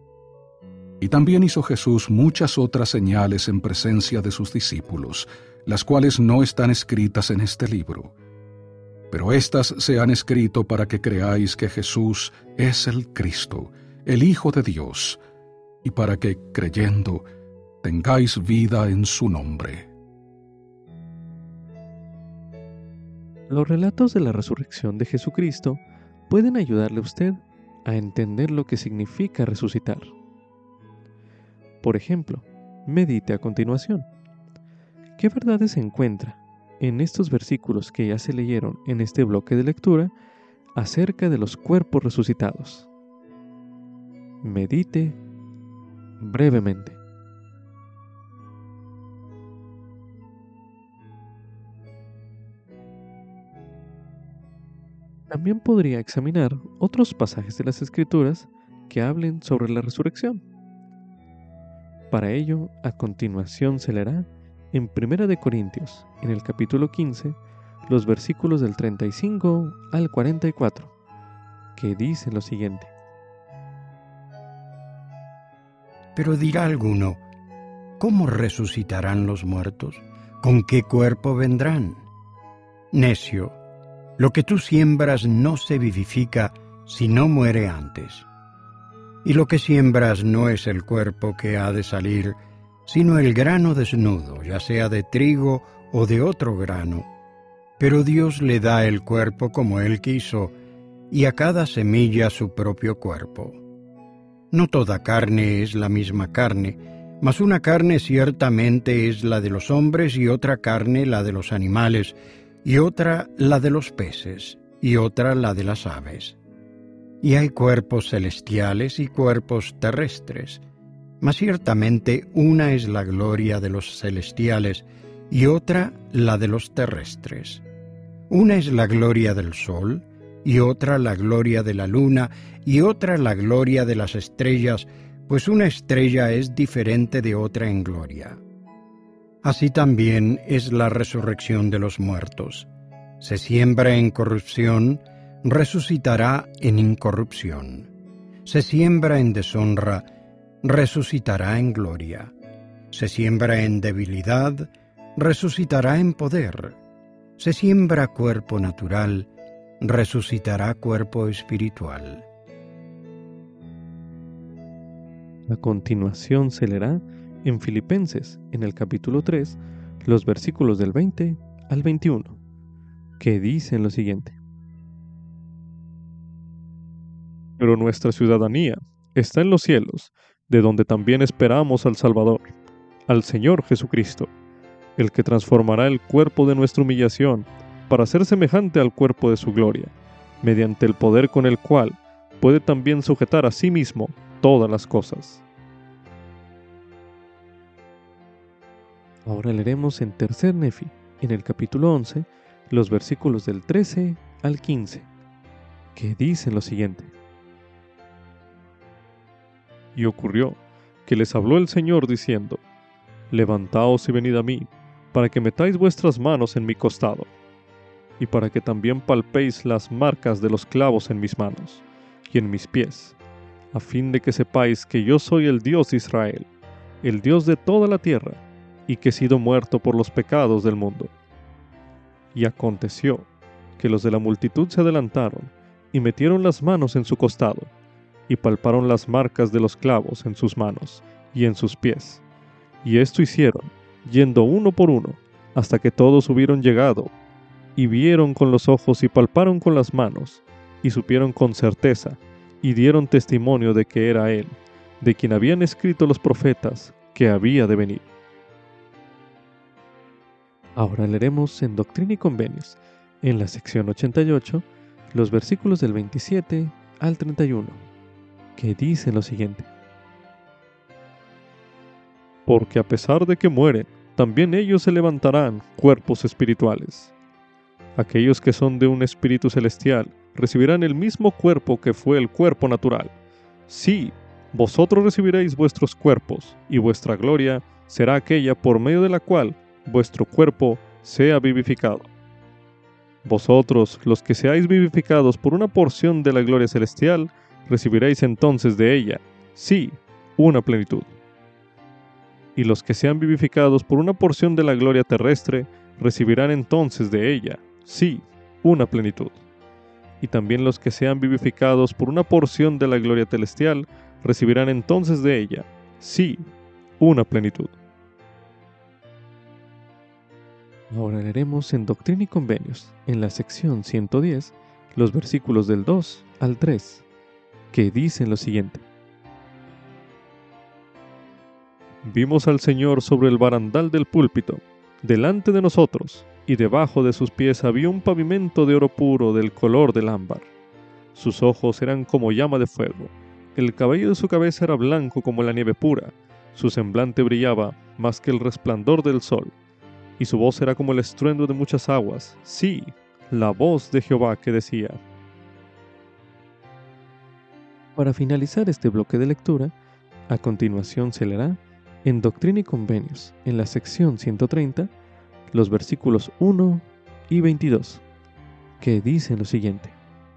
Y también hizo Jesús muchas otras señales en presencia de sus discípulos, las cuales no están escritas en este libro. Pero éstas se han escrito para que creáis que Jesús es el Cristo, el Hijo de Dios, y para que, creyendo, tengáis vida en su nombre. Los relatos de la resurrección de Jesucristo pueden ayudarle a usted a entender lo que significa resucitar. Por ejemplo, medite a continuación. ¿Qué verdades se encuentra en estos versículos que ya se leyeron en este bloque de lectura acerca de los cuerpos resucitados? Medite brevemente. También podría examinar otros pasajes de las Escrituras que hablen sobre la resurrección. Para ello, a continuación se leerá en Primera de Corintios, en el capítulo quince, los versículos del treinta y cinco al cuarenta y cuatro, que dicen lo siguiente. Pero dirá alguno, ¿cómo resucitarán los muertos? ¿Con qué cuerpo vendrán? Necio, lo que tú siembras no se vivifica si no muere antes. Y lo que siembras no es el cuerpo que ha de salir, sino el grano desnudo, ya sea de trigo o de otro grano. Pero Dios le da el cuerpo como Él quiso, y a cada semilla su propio cuerpo. No toda carne es la misma carne, mas una carne ciertamente es la de los hombres, y otra carne la de los animales, y otra la de los peces, y otra la de las aves. Y hay cuerpos celestiales y cuerpos terrestres, mas ciertamente una es la gloria de los celestiales, y otra la de los terrestres. Una es la gloria del sol, y otra la gloria de la luna, y otra la gloria de las estrellas, pues una estrella es diferente de otra en gloria. Así también es la resurrección de los muertos. Se siembra en corrupción, resucitará en incorrupción. Se siembra en deshonra, resucitará en gloria. Se siembra en debilidad, resucitará en poder. Se siembra cuerpo natural, resucitará cuerpo espiritual. A continuación se leerá en Filipenses, en el capítulo tres, los versículos del veinte al veintiuno, que dicen lo siguiente. Pero nuestra ciudadanía está en los cielos, de donde también esperamos al Salvador, al Señor Jesucristo, el que transformará el cuerpo de nuestra humillación para ser semejante al cuerpo de su gloria, mediante el poder con el cual puede también sujetar a sí mismo todas las cosas. Ahora leeremos en Tercer Nefi, en el capítulo once, los versículos del trece al quince, que dicen lo siguiente. Y ocurrió que les habló el Señor diciendo, Levantaos y venid a mí, para que metáis vuestras manos en mi costado, y para que también palpéis las marcas de los clavos en mis manos y en mis pies, a fin de que sepáis que yo soy el Dios de Israel, el Dios de toda la tierra, y que he sido muerto por los pecados del mundo. Y aconteció que los de la multitud se adelantaron, y metieron las manos en su costado, y palparon las marcas de los clavos en sus manos y en sus pies. Y esto hicieron, yendo uno por uno, hasta que todos hubieron llegado, y vieron con los ojos y palparon con las manos, y supieron con certeza, y dieron testimonio de que era Él, de quien habían escrito los profetas, que había de venir. Ahora leeremos en Doctrina y Convenios, en la sección ochenta y ocho, los versículos del veintisiete al treinta y uno, que dicen lo siguiente. Porque a pesar de que mueren, también ellos se levantarán cuerpos espirituales. Aquellos que son de un espíritu celestial recibirán el mismo cuerpo que fue el cuerpo natural. Sí, vosotros recibiréis vuestros cuerpos, y vuestra gloria será aquella por medio de la cual vuestro cuerpo sea vivificado. Vosotros, los que seáis vivificados por una porción de la gloria celestial, recibiréis entonces de ella, sí, una plenitud. Y los que sean vivificados por una porción de la gloria terrestre, recibirán entonces de ella, sí, una plenitud. Y también los que sean vivificados por una porción de la gloria celestial, recibirán entonces de ella, sí, una plenitud. Ahora leeremos en Doctrina y Convenios, en la sección ciento diez, los versículos del dos al tres, que dicen lo siguiente. Vimos al Señor sobre el barandal del púlpito, delante de nosotros, y debajo de sus pies había un pavimento de oro puro del color del ámbar. Sus ojos eran como llama de fuego, el cabello de su cabeza era blanco como la nieve pura, su semblante brillaba más que el resplandor del sol, y su voz era como el estruendo de muchas aguas, sí, la voz de Jehová que decía. Para finalizar este bloque de lectura, a continuación se leerá en Doctrina y Convenios, en la sección ciento treinta, los versículos uno y veintidós, que dicen lo siguiente.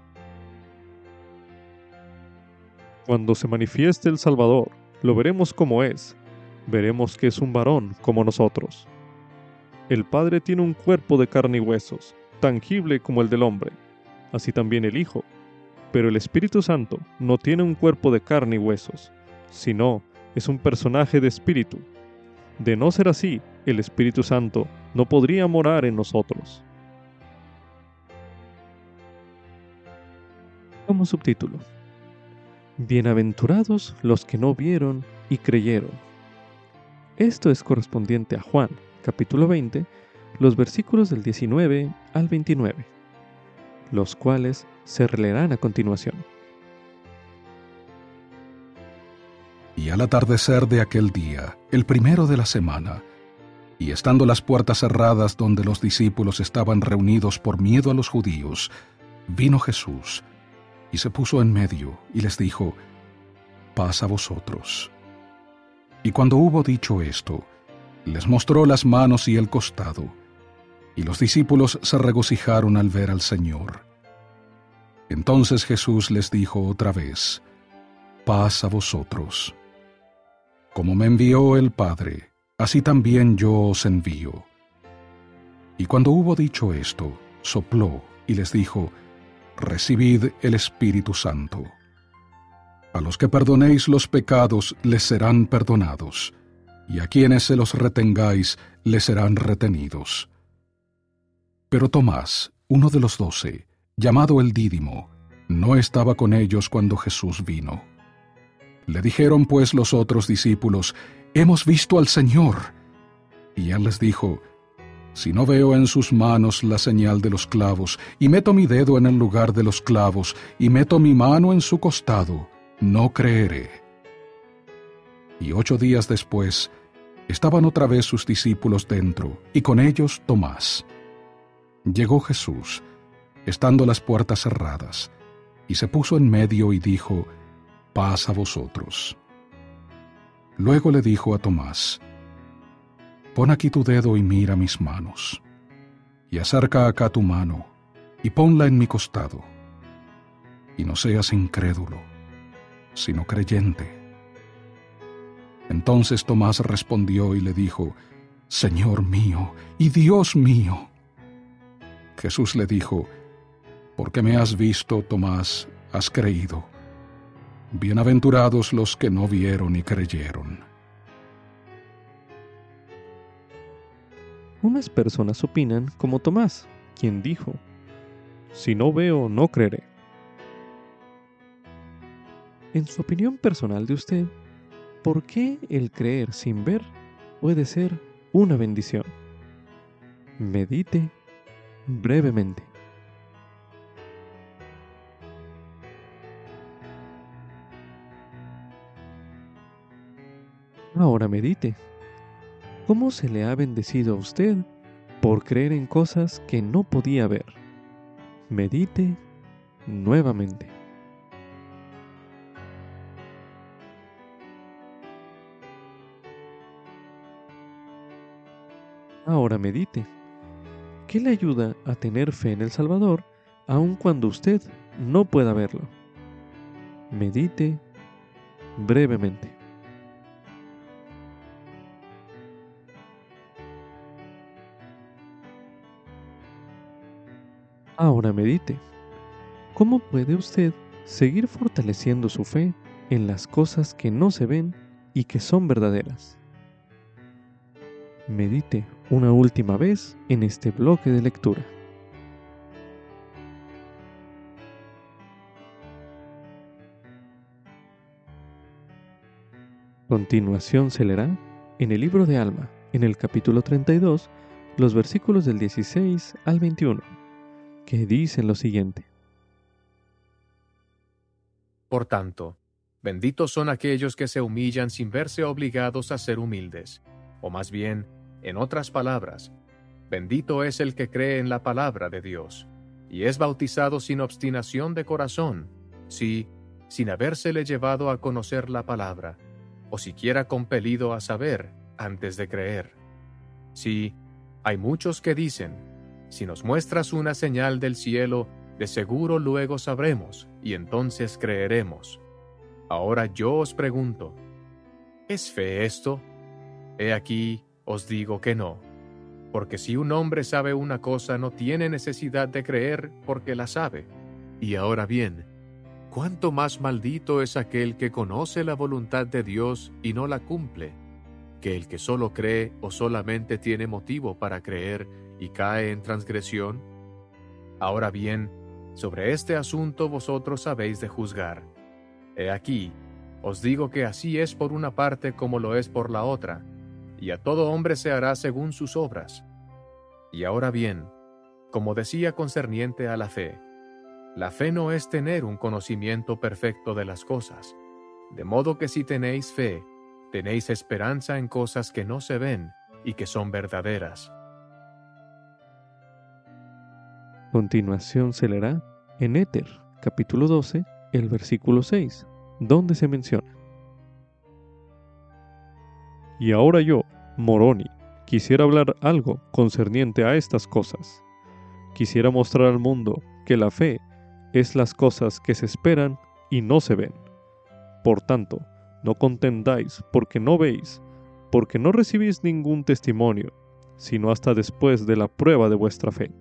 Cuando se manifieste el Salvador, lo veremos como es, veremos que es un varón como nosotros. El Padre tiene un cuerpo de carne y huesos, tangible como el del hombre, así también el Hijo, pero el Espíritu Santo no tiene un cuerpo de carne y huesos, sino es un personaje de espíritu. De no ser así, el Espíritu Santo no podría morar en nosotros. Como subtítulo: Bienaventurados los que no vieron y creyeron. Esto es correspondiente a Juan, capítulo veinte, los versículos del diecinueve al veintinueve, los cuales se releerán a continuación. Y al atardecer de aquel día, el primero de la semana, y estando las puertas cerradas donde los discípulos estaban reunidos por miedo a los judíos, vino Jesús, y se puso en medio, y les dijo, paz a vosotros. Y cuando hubo dicho esto, les mostró las manos y el costado, y los discípulos se regocijaron al ver al Señor. Entonces Jesús les dijo otra vez, paz a vosotros. Como me envió el Padre, así también yo os envío. Y cuando hubo dicho esto, sopló y les dijo, recibid el Espíritu Santo. A los que perdonéis los pecados les serán perdonados, y a quienes se los retengáis les serán retenidos. Pero Tomás, uno de los doce, llamado el Dídimo, no estaba con ellos cuando Jesús vino. Le dijeron pues los otros discípulos, hemos visto al Señor. Y él les dijo, si no veo en sus manos la señal de los clavos, y meto mi dedo en el lugar de los clavos, y meto mi mano en su costado, no creeré. Y ocho días después, estaban otra vez sus discípulos dentro, y con ellos Tomás. Llegó Jesús, estando las puertas cerradas, y se puso en medio y dijo, paz a vosotros. Luego le dijo a Tomás, pon aquí tu dedo y mira mis manos, y acerca acá tu mano, y ponla en mi costado, y no seas incrédulo, sino creyente. Entonces Tomás respondió y le dijo, Señor mío y Dios mío. Jesús le dijo, porque me has visto, Tomás, has creído. Bienaventurados los que no vieron y creyeron. Unas personas opinan como Tomás, quien dijo, si no veo, no creeré. En su opinión personal de usted, ¿por qué el creer sin ver puede ser una bendición? Medite brevemente. Ahora medite. ¿Cómo se le ha bendecido a usted por creer en cosas que no podía ver? Medite nuevamente. Ahora medite. ¿Qué le ayuda a tener fe en el Salvador aun cuando usted no pueda verlo? Medite brevemente. Ahora medite. ¿Cómo puede usted seguir fortaleciendo su fe en las cosas que no se ven y que son verdaderas? Medite una última vez en este bloque de lectura. Continuación se leerá en el libro de Alma, en el capítulo treinta y dos, los versículos del dieciséis al veintiuno, que dicen lo siguiente. Por tanto, benditos son aquellos que se humillan sin verse obligados a ser humildes, o más bien, en otras palabras, bendito es el que cree en la palabra de Dios, y es bautizado sin obstinación de corazón, sí, sin habérsele llevado a conocer la palabra, o siquiera compelido a saber antes de creer. Sí, hay muchos que dicen, si nos muestras una señal del cielo, de seguro luego sabremos, y entonces creeremos. Ahora yo os pregunto, ¿es fe esto? He aquí, os digo que no. Porque si un hombre sabe una cosa, no tiene necesidad de creer porque la sabe. Y ahora bien, ¿cuánto más maldito es aquel que conoce la voluntad de Dios y no la cumple, que el que solo cree o solamente tiene motivo para creer y cae en transgresión? Ahora bien, sobre este asunto vosotros habéis de juzgar. He aquí, os digo que así es por una parte como lo es por la otra, y a todo hombre se hará según sus obras. Y ahora bien, como decía concerniente a la fe, la fe no es tener un conocimiento perfecto de las cosas, de modo que si tenéis fe, tenéis esperanza en cosas que no se ven y que son verdaderas. Continuación se leerá en Éter, capítulo doce, el versículo seis, donde se menciona: Y ahora yo, Moroni, quisiera hablar algo concerniente a estas cosas. Quisiera mostrar al mundo que la fe es las cosas que se esperan y no se ven. Por tanto, no contendáis porque no veis, porque no recibís ningún testimonio, sino hasta después de la prueba de vuestra fe.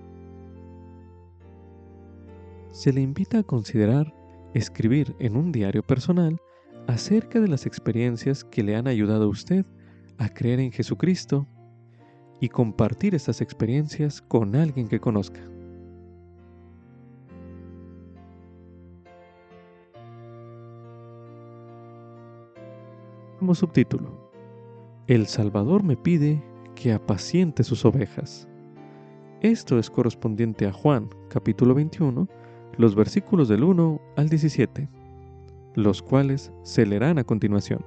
Se le invita a considerar escribir en un diario personal acerca de las experiencias que le han ayudado a usted a creer en Jesucristo y compartir estas experiencias con alguien que conozca. Como subtítulo: El Salvador me pide que apaciente sus ovejas. Esto es correspondiente a Juan, capítulo veintiuno, los versículos del uno al diecisiete, los cuales se leerán a continuación.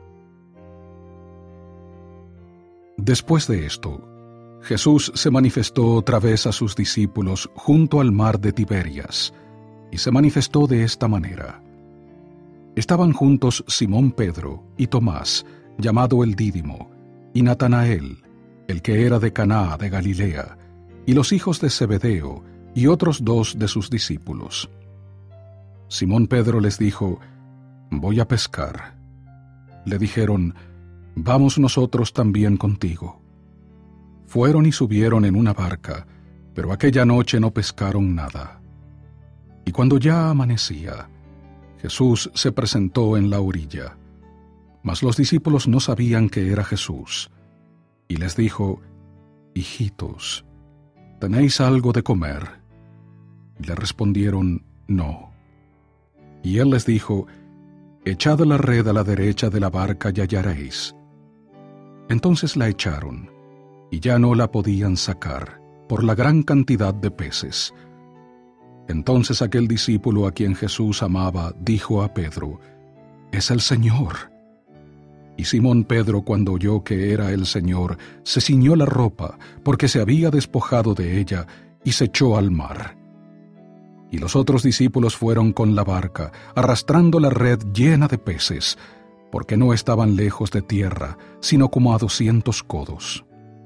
Después de esto, Jesús se manifestó otra vez a sus discípulos junto al mar de Tiberias, y se manifestó de esta manera. Estaban juntos Simón Pedro y Tomás, llamado el Dídimo, y Natanael, el que era de Caná de Galilea, y los hijos de Zebedeo, y otros dos de sus discípulos. Simón Pedro les dijo: Voy a pescar. Le dijeron: Vamos nosotros también contigo. Fueron y subieron en una barca, pero aquella noche no pescaron nada. Y cuando ya amanecía, Jesús se presentó en la orilla. Mas los discípulos no sabían que era Jesús. Y les dijo: Hijitos, ¿tenéis algo de comer? Y le respondieron: No. Y él les dijo: Echad la red a la derecha de la barca y hallaréis. Entonces la echaron, y ya no la podían sacar, por la gran cantidad de peces. Entonces aquel discípulo a quien Jesús amaba dijo a Pedro: Es el Señor. Y Simón Pedro, cuando oyó que era el Señor, se ciñó la ropa, porque se había despojado de ella, y se echó al mar. Y los otros discípulos fueron con la barca, arrastrando la red llena de peces, porque no estaban lejos de tierra, sino como a doscientos codos.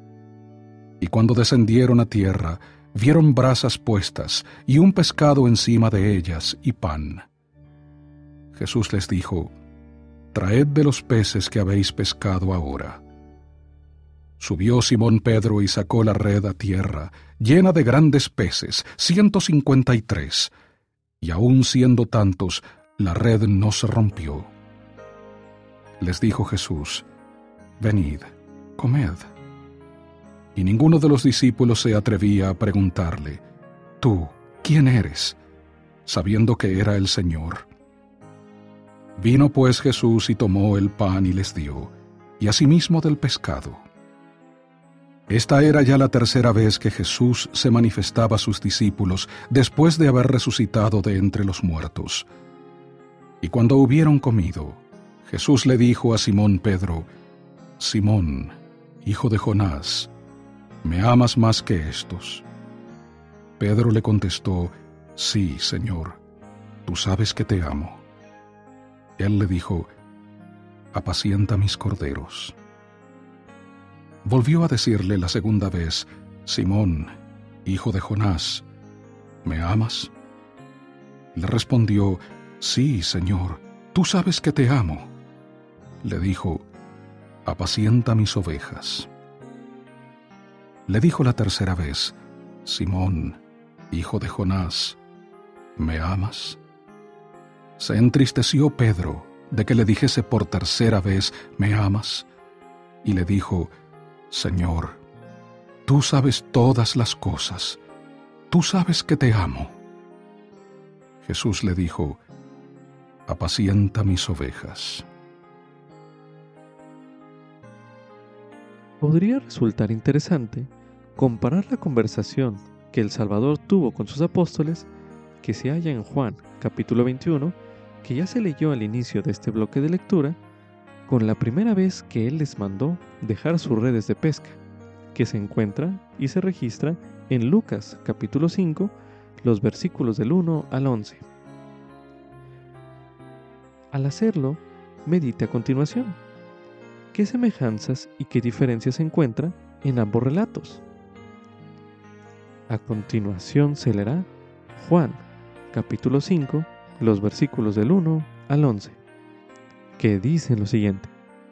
Y cuando descendieron a tierra, vieron brasas puestas, y un pescado encima de ellas, y pan. Jesús les dijo: Traed de los peces que habéis pescado ahora. Subió Simón Pedro y sacó la red a tierra, llena de grandes peces, ciento cincuenta y tres, y aun siendo tantos, la red no se rompió. Les dijo Jesús: Venid, comed. Y ninguno de los discípulos se atrevía a preguntarle: ¿Tú quién eres?, sabiendo que era el Señor. Vino pues Jesús y tomó el pan y les dio, y asimismo del pescado. Esta era ya la tercera vez que Jesús se manifestaba a sus discípulos después de haber resucitado de entre los muertos. Y cuando hubieron comido, Jesús le dijo a Simón Pedro: Simón, hijo de Jonás, ¿me amas más que estos? Pedro le contestó: Sí, Señor, tú sabes que te amo. Él le dijo: Apacienta mis corderos. Volvió a decirle la segunda vez: Simón, hijo de Jonás, ¿me amas? Le respondió: Sí, Señor, tú sabes que te amo. Le dijo: Apacienta mis ovejas. Le dijo la tercera vez: Simón, hijo de Jonás, ¿me amas? Se entristeció Pedro de que le dijese por tercera vez: ¿Me amas? Y le dijo: Señor, tú sabes todas las cosas, tú sabes que te amo. Jesús le dijo: Apacienta mis ovejas. Podría resultar interesante comparar la conversación que el Salvador tuvo con sus apóstoles, que se halla en Juan capítulo veintiuno, que ya se leyó al inicio de este bloque de lectura, con la primera vez que Él les mandó dejar sus redes de pesca, que se encuentra y se registra en Lucas capítulo cinco, los versículos del uno al once. Al hacerlo, medite a continuación. ¿Qué semejanzas y qué diferencias se encuentran en ambos relatos? A continuación se leerá Juan capítulo cinco, los versículos del uno al once, que dicen lo siguiente.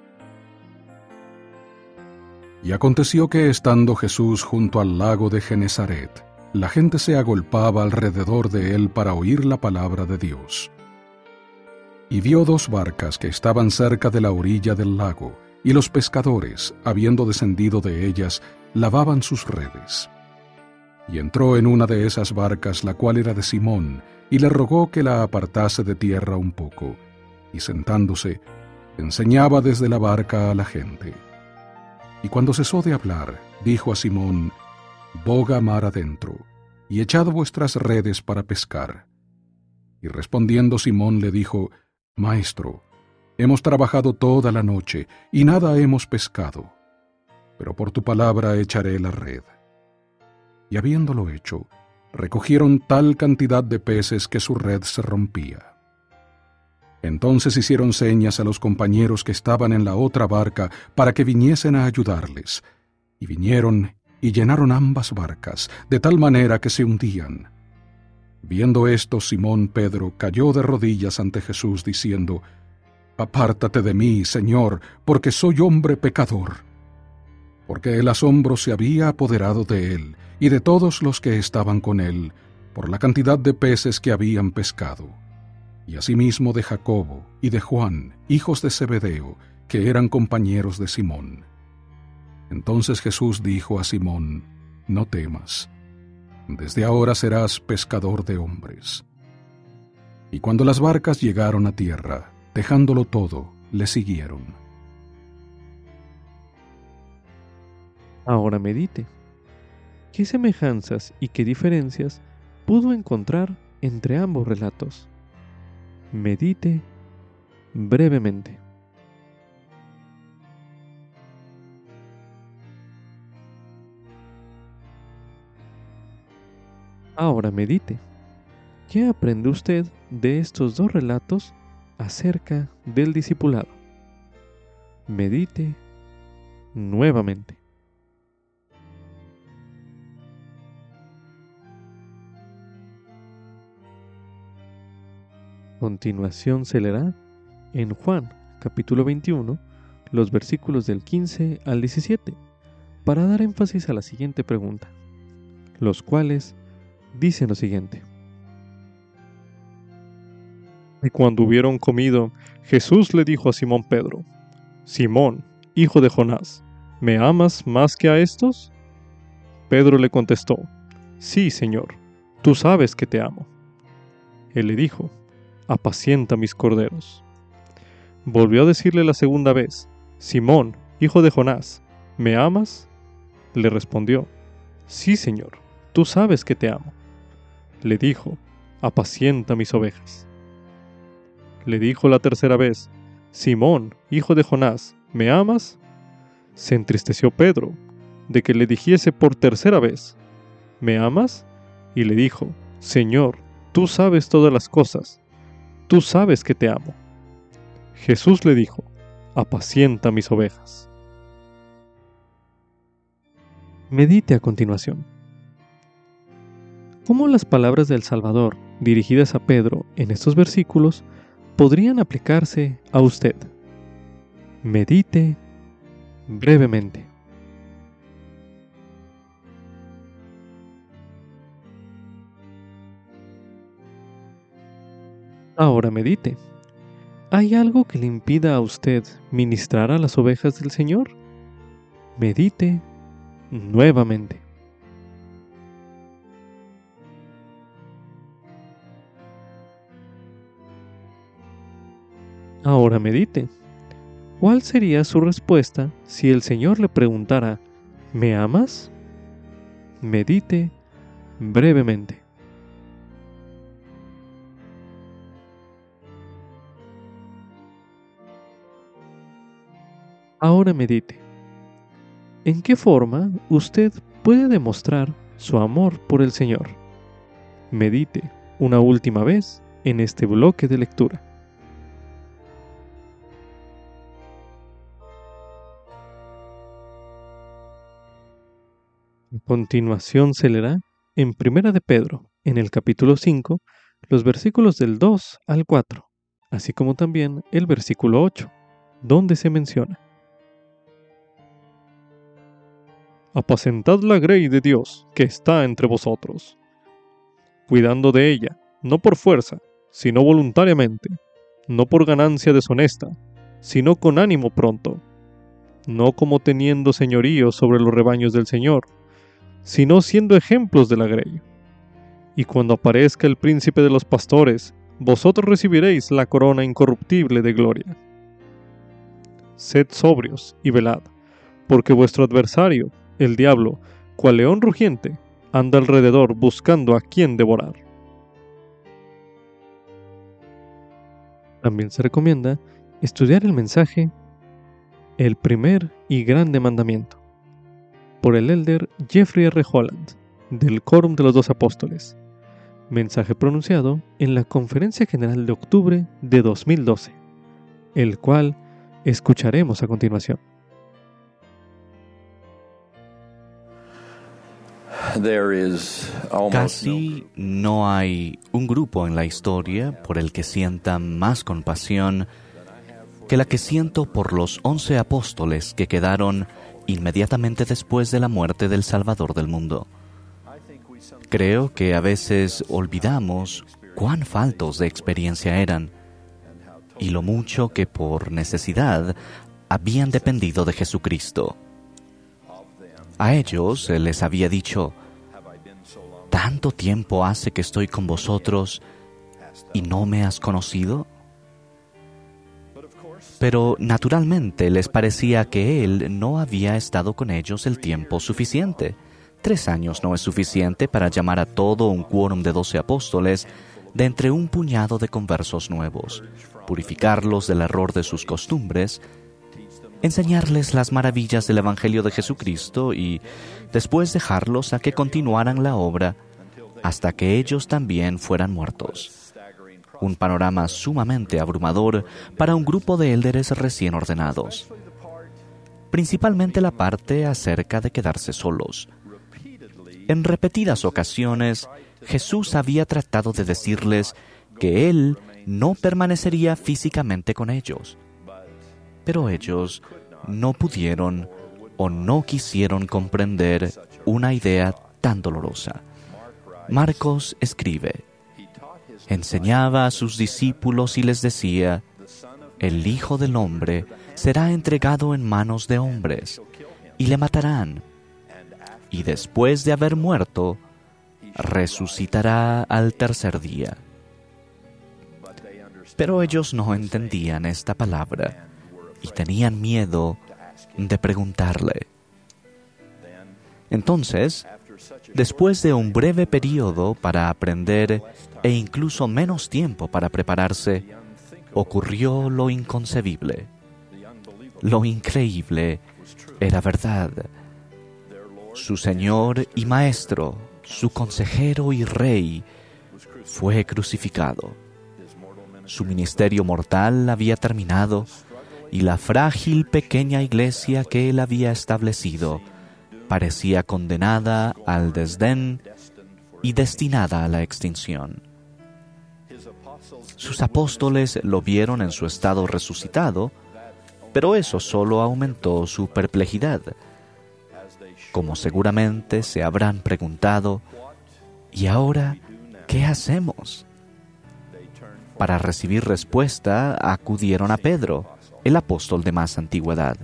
Y aconteció que estando Jesús junto al lago de Genesaret, la gente se agolpaba alrededor de él para oír la palabra de Dios. Y vio dos barcas que estaban cerca de la orilla del lago, y los pescadores, habiendo descendido de ellas, lavaban sus redes. Y entró en una de esas barcas, la cual era de Simón, y le rogó que la apartase de tierra un poco, y sentándose, enseñaba desde la barca a la gente. Y cuando cesó de hablar, dijo a Simón: Boga mar adentro, y echad vuestras redes para pescar. Y respondiendo Simón le dijo: Maestro, hemos trabajado toda la noche, y nada hemos pescado, pero por tu palabra echaré la red. Y habiéndolo hecho, recogieron tal cantidad de peces que su red se rompía. Entonces hicieron señas a los compañeros que estaban en la otra barca para que viniesen a ayudarles, y vinieron y llenaron ambas barcas, de tal manera que se hundían. Viendo esto, Simón Pedro cayó de rodillas ante Jesús, diciendo: Apártate de mí, Señor, porque soy hombre pecador. Porque el asombro se había apoderado de él y de todos los que estaban con él, por la cantidad de peces que habían pescado, y asimismo de Jacobo y de Juan, hijos de Zebedeo, que eran compañeros de Simón. Entonces Jesús dijo a Simón: No temas, desde ahora serás pescador de hombres. Y cuando las barcas llegaron a tierra, dejándolo todo, le siguieron. Ahora medite. ¿Qué semejanzas y qué diferencias pudo encontrar entre ambos relatos? Medite brevemente. Ahora medite. ¿Qué aprende usted de estos dos relatos acerca del discipulado? Medite nuevamente. A continuación se leerá en Juan capítulo veintiuno, los versículos del quince al diecisiete, para dar énfasis a la siguiente pregunta, los cuales dicen lo siguiente. Y cuando hubieron comido, Jesús le dijo a Simón Pedro: Simón, hijo de Jonás, ¿me amas más que a estos? Pedro le contestó: Sí, Señor, tú sabes que te amo. Él le dijo: Apacienta mis corderos. Volvió a decirle la segunda vez: Simón, hijo de Jonás, ¿me amas? Le respondió: Sí, Señor, tú sabes que te amo. Le dijo: Apacienta mis ovejas. Le dijo la tercera vez: Simón, hijo de Jonás, ¿me amas? Se entristeció Pedro de que le dijese por tercera vez: ¿Me amas? Y le dijo: Señor, tú sabes todas las cosas, tú sabes que te amo. Jesús le dijo: Apacienta mis ovejas. Medite a continuación. ¿Cómo las palabras del Salvador, dirigidas a Pedro en estos versículos, podrían aplicarse a usted? Medite brevemente. Ahora medite. ¿Hay algo que le impida a usted ministrar a las ovejas del Señor? Medite nuevamente. Ahora medite. ¿Cuál sería su respuesta si el Señor le preguntara: ¿Me amas? Medite brevemente. Ahora medite. ¿En qué forma usted puede demostrar su amor por el Señor? Medite una última vez en este bloque de lectura. A continuación se leerá en Primera de Pedro, en el capítulo cinco, los versículos del dos al cuatro, así como también el versículo ocho, donde se menciona: Apacentad la grey de Dios que está entre vosotros, cuidando de ella, no por fuerza, sino voluntariamente, no por ganancia deshonesta, sino con ánimo pronto, no como teniendo señorío sobre los rebaños del Señor, sino siendo ejemplos de la grey. Y cuando aparezca el príncipe de los pastores, vosotros recibiréis la corona incorruptible de gloria. Sed sobrios y velad, porque vuestro adversario, el diablo, cual león rugiente, anda alrededor buscando a quien devorar. También se recomienda estudiar el mensaje El primer y grande mandamiento, por el elder Jeffrey R. Holland, del Quórum de los Doce Apóstoles, mensaje pronunciado en la Conferencia General de octubre de dos mil doce, el cual escucharemos a continuación. Casi no hay un grupo en la historia por el que sienta más compasión que la que siento por los once apóstoles que quedaron inmediatamente después de la muerte del Salvador del mundo. Creo que a veces olvidamos cuán faltos de experiencia eran y lo mucho que por necesidad habían dependido de Jesucristo. A ellos se les había dicho: ¿tanto tiempo hace que estoy con vosotros y no me has conocido? Pero naturalmente les parecía que Él no había estado con ellos el tiempo suficiente. Tres años no es suficiente para llamar a todo un quórum de doce apóstoles de entre un puñado de conversos nuevos, purificarlos del error de sus costumbres, enseñarles las maravillas del Evangelio de Jesucristo y después dejarlos a que continuaran la obra hasta que ellos también fueran muertos. Un panorama sumamente abrumador para un grupo de élderes recién ordenados. Principalmente la parte acerca de quedarse solos. En repetidas ocasiones, Jesús había tratado de decirles que Él no permanecería físicamente con ellos. Pero ellos no pudieron o no quisieron comprender una idea tan dolorosa. Marcos escribe: enseñaba a sus discípulos y les decía: el Hijo del Hombre será entregado en manos de hombres, y le matarán, y después de haber muerto, resucitará al tercer día. Pero ellos no entendían esta palabra y tenían miedo de preguntarle. Entonces, después de un breve periodo para aprender e incluso menos tiempo para prepararse, ocurrió lo inconcebible. Lo increíble era verdad. Su Señor y Maestro, su consejero y Rey, fue crucificado. Su ministerio mortal había terminado y la frágil pequeña iglesia que él había establecido parecía condenada al desdén y destinada a la extinción. Sus apóstoles lo vieron en su estado resucitado, pero eso solo aumentó su perplejidad. Como seguramente se habrán preguntado, ¿y ahora qué hacemos? Para recibir respuesta, acudieron a Pedro, el apóstol de más antigüedad.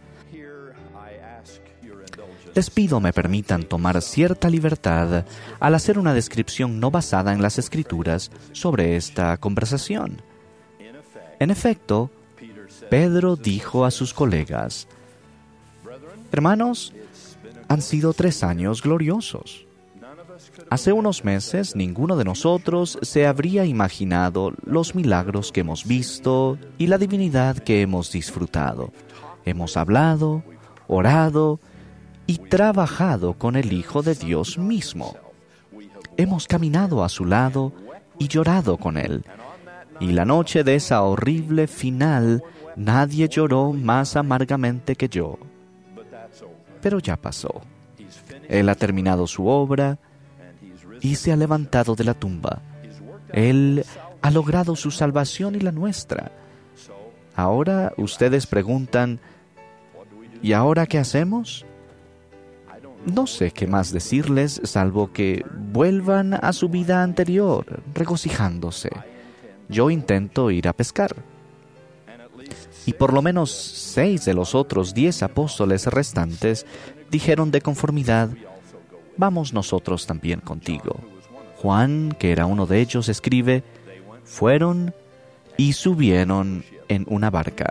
Les pido me permitan tomar cierta libertad al hacer una descripción no basada en las Escrituras sobre esta conversación. En efecto, Pedro dijo a sus colegas: «Hermanos, han sido tres años gloriosos. Hace unos meses ninguno de nosotros se habría imaginado los milagros que hemos visto y la divinidad que hemos disfrutado. Hemos hablado, orado y trabajado con el Hijo de Dios mismo. Hemos caminado a su lado y llorado con Él. Y la noche de esa horrible final, nadie lloró más amargamente que yo. Pero ya pasó. Él ha terminado su obra y se ha levantado de la tumba. Él ha logrado su salvación y la nuestra. Ahora ustedes preguntan, ¿y ahora qué hacemos? No sé qué más decirles, salvo que vuelvan a su vida anterior, regocijándose. Yo intento ir a pescar. Y por lo menos seis de los otros diez apóstoles restantes dijeron de conformidad: vamos nosotros también contigo. Juan, que era uno de ellos, escribe: fueron y subieron en una barca.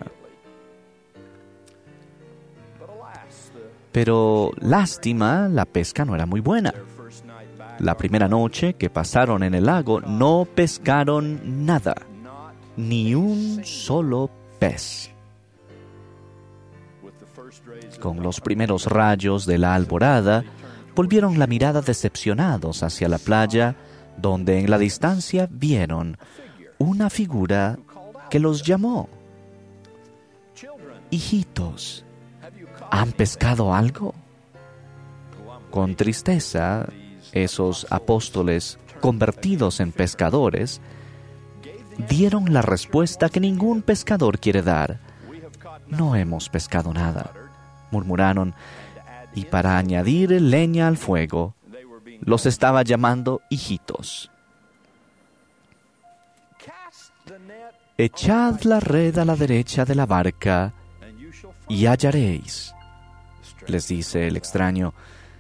Pero lástima, la pesca no era muy buena. La primera noche que pasaron en el lago no pescaron nada, ni un solo pez. Con los primeros rayos de la alborada, volvieron la mirada decepcionados hacia la playa, donde en la distancia vieron una figura que los llamó: hijitos, ¿han pescado algo? Con tristeza, esos apóstoles, convertidos en pescadores, dieron la respuesta que ningún pescador quiere dar: no hemos pescado nada, murmuraron, y para añadir leña al fuego, los estaba llamando hijitos. Echad la red a la derecha de la barca y hallaréis, les dice el extraño.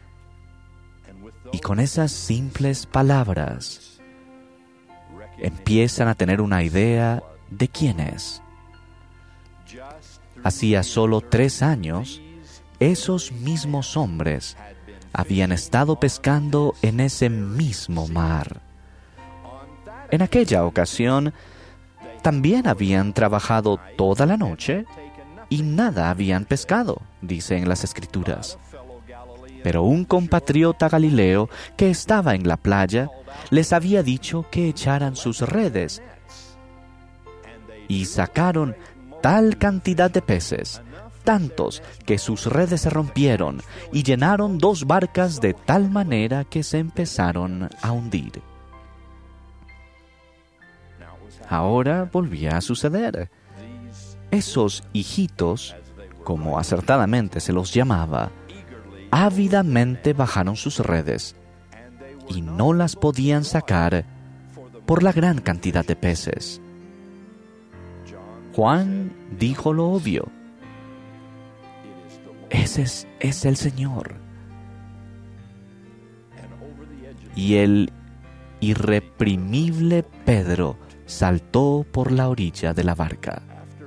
Y con esas simples palabras empiezan a tener una idea de quién es. Hacía solo tres años, esos mismos hombres habían estado pescando en ese mismo mar. En aquella ocasión, también habían trabajado toda la noche y nada habían pescado, dice en las Escrituras. Pero un compatriota galileo que estaba en la playa les había dicho que echaran sus redes, y sacaron tal cantidad de peces, tantos que sus redes se rompieron y llenaron dos barcas de tal manera que se empezaron a hundir. Ahora volvía a suceder. Esos hijitos, como acertadamente se los llamaba, ávidamente bajaron sus redes y no las podían sacar por la gran cantidad de peces. Juan dijo lo obvio: ese es, es el Señor. Y el irreprimible Pedro saltó por la orilla de la barca.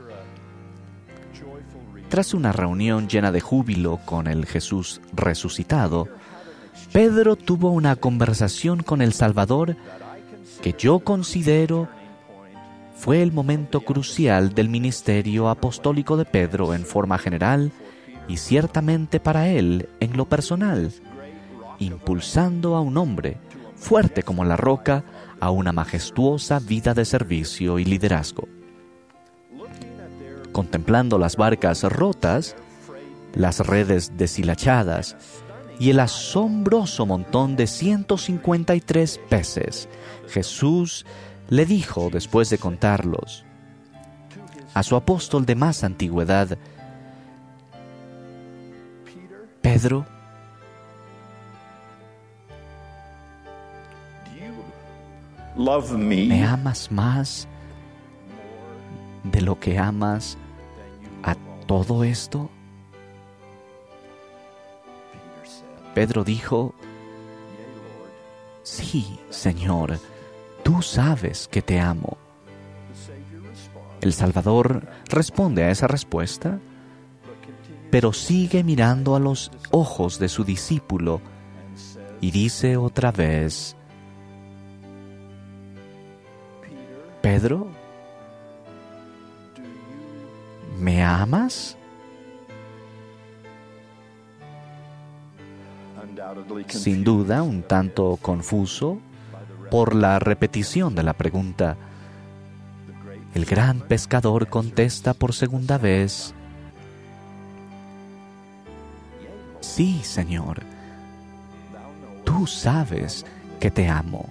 Tras una reunión llena de júbilo con el Jesús resucitado, Pedro tuvo una conversación con el Salvador que yo considero fue el momento crucial del ministerio apostólico de Pedro en forma general y ciertamente para él en lo personal, impulsando a un hombre fuerte como la roca a una majestuosa vida de servicio y liderazgo. Contemplando las barcas rotas, las redes deshilachadas y el asombroso montón de ciento cincuenta y tres peces, Jesús le dijo, después de contarlos, a su apóstol de más antigüedad: Pedro, love me, ¿me amas más de lo que amas a todo esto? Pedro dijo: sí, Señor, tú sabes que te amo. El Salvador responde a esa respuesta, pero sigue mirando a los ojos de su discípulo y dice otra vez: Pedro, ¿me amas? Sin duda, un tanto confuso por la repetición de la pregunta, el gran pescador contesta por segunda vez: sí, Señor, tú sabes que te amo.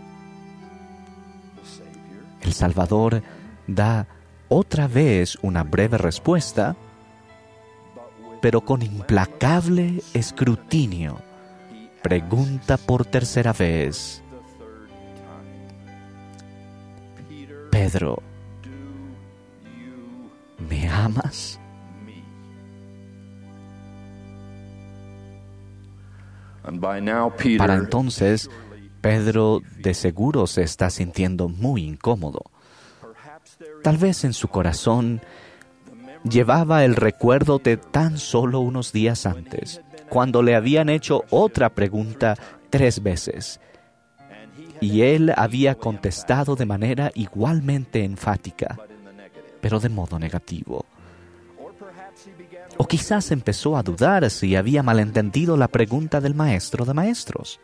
El Salvador da otra vez una breve respuesta, pero con implacable escrutinio pregunta por tercera vez: Pedro, ¿me amas? Para entonces, Pedro de seguro se está sintiendo muy incómodo. Tal vez en su corazón llevaba el recuerdo de tan solo unos días antes, cuando le habían hecho otra pregunta tres veces, y él había contestado de manera igualmente enfática, pero de modo negativo. O quizás empezó a dudar si había malentendido la pregunta del maestro de maestros.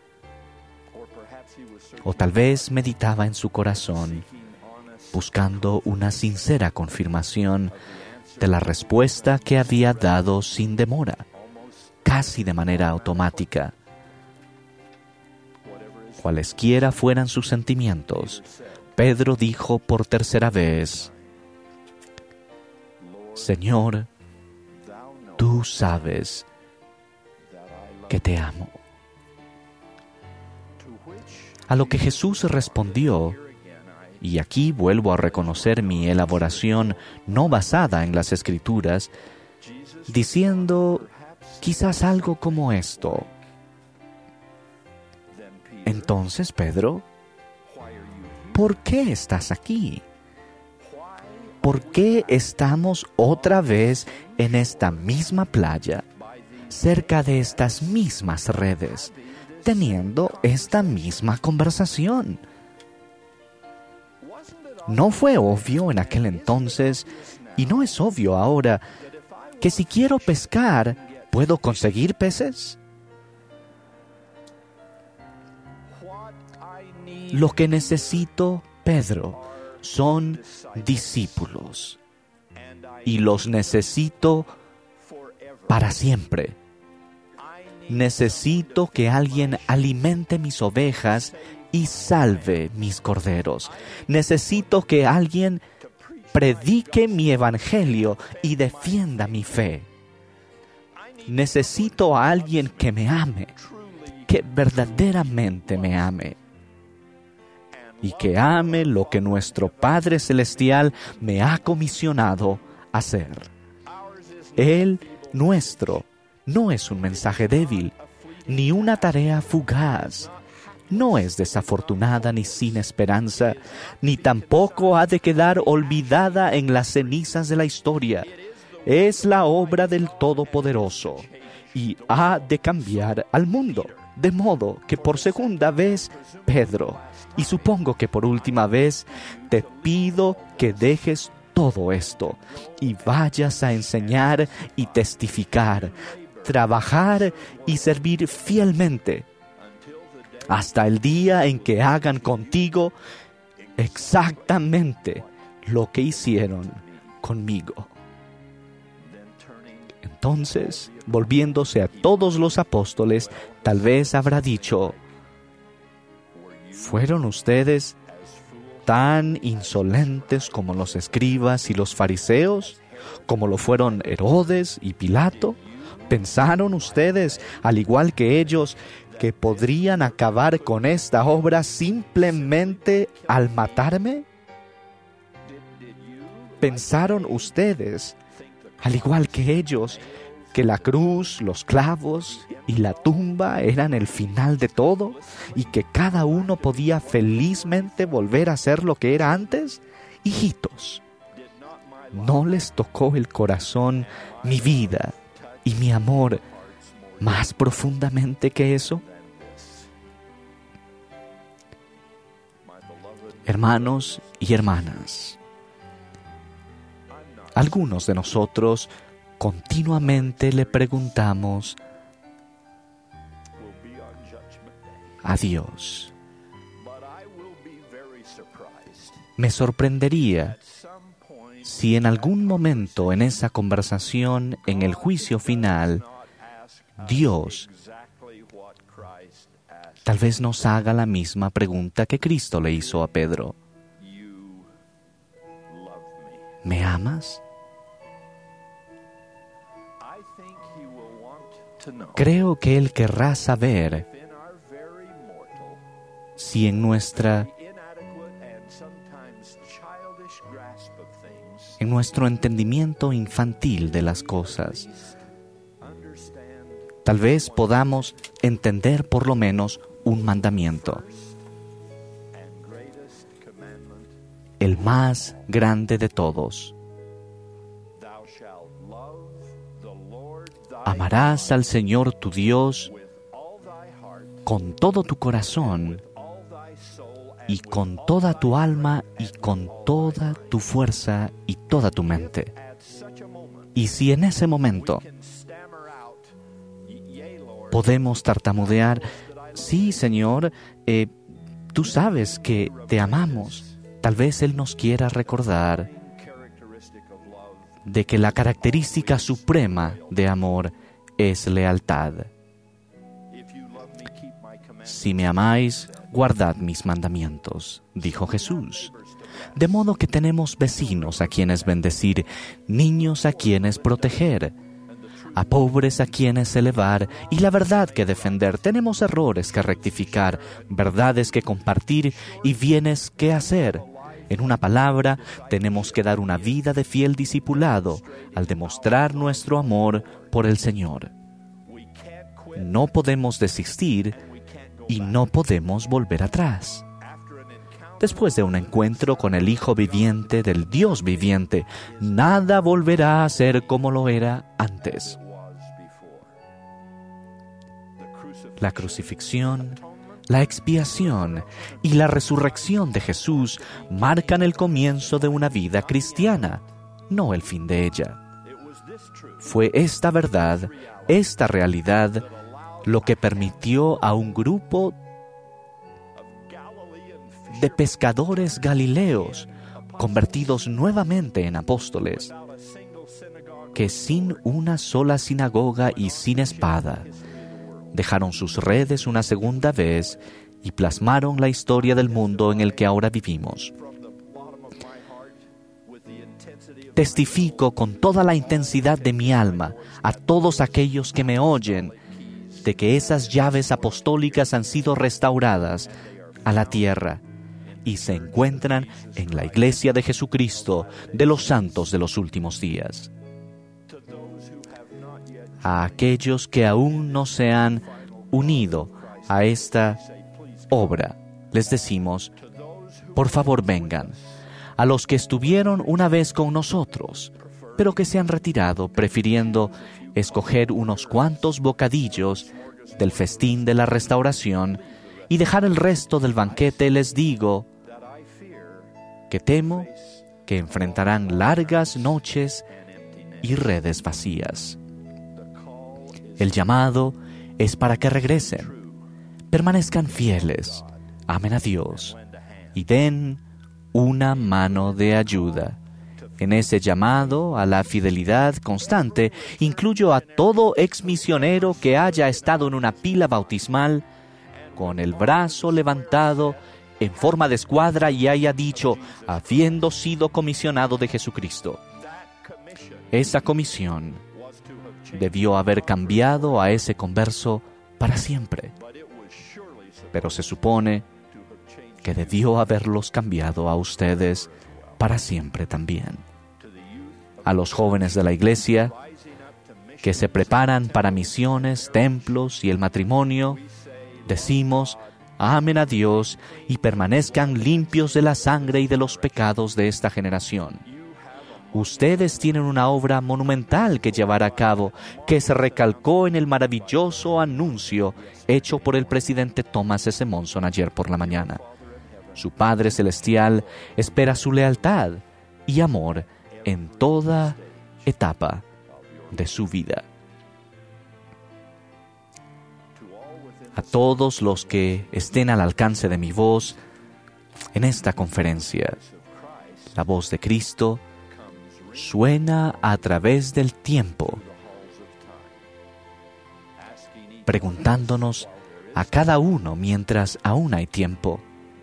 O tal vez meditaba en su corazón, buscando una sincera confirmación de la respuesta que había dado sin demora, casi de manera automática. Cualesquiera fueran sus sentimientos, Pedro dijo por tercera vez: Señor, tú sabes que te amo. A lo que Jesús respondió, y aquí vuelvo a reconocer mi elaboración no basada en las Escrituras, diciendo quizás algo como esto: entonces, Pedro, ¿por qué estás aquí? ¿Por qué estamos otra vez en esta misma playa, cerca de estas mismas redes, teniendo esta misma conversación? ¿No fue obvio en aquel entonces, y no es obvio ahora, que si quiero pescar, puedo conseguir peces? Lo que necesito, Pedro, son discípulos, y los necesito para siempre. Necesito que alguien alimente mis ovejas y salve mis corderos. Necesito que alguien predique mi evangelio y defienda mi fe. Necesito a alguien que me ame, que verdaderamente me ame, y que ame lo que nuestro Padre Celestial me ha comisionado hacer. El nuestro no es un mensaje débil, ni una tarea fugaz. no es desafortunada ni sin esperanza, ni tampoco ha de quedar olvidada en las cenizas de la historia. Es la obra del Todopoderoso y ha de cambiar al mundo. De modo que por segunda vez, Pedro, y supongo que por última vez, te pido que dejes todo esto y vayas a enseñar y testificar, trabajar y servir fielmente hasta el día en que hagan contigo exactamente lo que hicieron conmigo. Entonces, volviéndose a todos los apóstoles, tal vez habrá dicho: ¿fueron ustedes tan insolentes como los escribas y los fariseos? ¿Como lo fueron Herodes y Pilato? ¿Pensaron ustedes, al igual que ellos, que podrían acabar con esta obra simplemente al matarme? ¿Pensaron ustedes, al igual que ellos, que la cruz, los clavos y la tumba eran el final de todo y que cada uno podía felizmente volver a ser lo que era antes? Hijitos, ¿no les tocó el corazón mi vida y mi amor más profundamente que eso? Hermanos y hermanas, algunos de nosotros continuamente le preguntamos a Dios: me sorprendería si en algún momento en esa conversación, en el juicio final, Dios tal vez nos haga la misma pregunta que Cristo le hizo a Pedro: ¿me amas? Creo que Él querrá saber si en nuestra en nuestro entendimiento infantil de las cosas, tal vez podamos entender por lo menos un mandamiento, el más grande de todos: amarás al Señor tu Dios con todo tu corazón y con toda tu alma y con toda tu fuerza y toda tu mente. Y si en ese momento podemos tartamudear: sí, Señor, eh, tú sabes que te amamos, tal vez Él nos quiera recordar de que la característica suprema de amor es lealtad. Si me amáis, guardad mis mandamientos, dijo Jesús. De modo que tenemos vecinos a quienes bendecir, niños a quienes proteger, a pobres a quienes elevar y la verdad que defender. Tenemos errores que rectificar, verdades que compartir y bienes que hacer. En una palabra, tenemos que dar una vida de fiel discipulado al demostrar nuestro amor por el Señor. No podemos desistir y no podemos volver atrás. Después de un encuentro con el Hijo viviente del Dios viviente, nada volverá a ser como lo era antes. La crucifixión, la expiación y la resurrección de Jesús marcan el comienzo de una vida cristiana, no el fin de ella. Fue esta verdad, esta realidad, lo que permitió a un grupo de pescadores galileos, convertidos nuevamente en apóstoles, que sin una sola sinagoga y sin espada, dejaron sus redes una segunda vez y plasmaron la historia del mundo en el que ahora vivimos. Testifico con toda la intensidad de mi alma a todos aquellos que me oyen de que esas llaves apostólicas han sido restauradas a la tierra y se encuentran en la Iglesia de Jesucristo de los santos de los últimos días. A aquellos que aún no se han unido a esta obra, les decimos, por favor vengan. A los que estuvieron una vez con nosotros, pero que se han retirado prefiriendo escoger unos cuantos bocadillos del festín de la restauración y dejar el resto del banquete, les digo que temo que enfrentarán largas noches y redes vacías. El llamado es para que regresen, permanezcan fieles, amen a Dios y den una mano de ayuda. En ese llamado a la fidelidad constante, incluyo a todo exmisionero que haya estado en una pila bautismal con el brazo levantado en forma de escuadra y haya dicho, habiendo sido comisionado de Jesucristo. Esa comisión debió haber cambiado a ese converso para siempre, pero se supone que debió haberlos cambiado a ustedes para siempre también. A los jóvenes de la iglesia que se preparan para misiones, templos y el matrimonio, decimos, amen a Dios y permanezcan limpios de la sangre y de los pecados de esta generación. Ustedes tienen una obra monumental que llevar a cabo, que se recalcó en el maravilloso anuncio hecho por el presidente Thomas S. Monson ayer por la mañana. Su Padre Celestial espera su lealtad y amor en toda etapa de su vida. A todos los que estén al alcance de mi voz en esta conferencia, la voz de Cristo suena a través del tiempo, preguntándonos a cada uno mientras aún hay tiempo,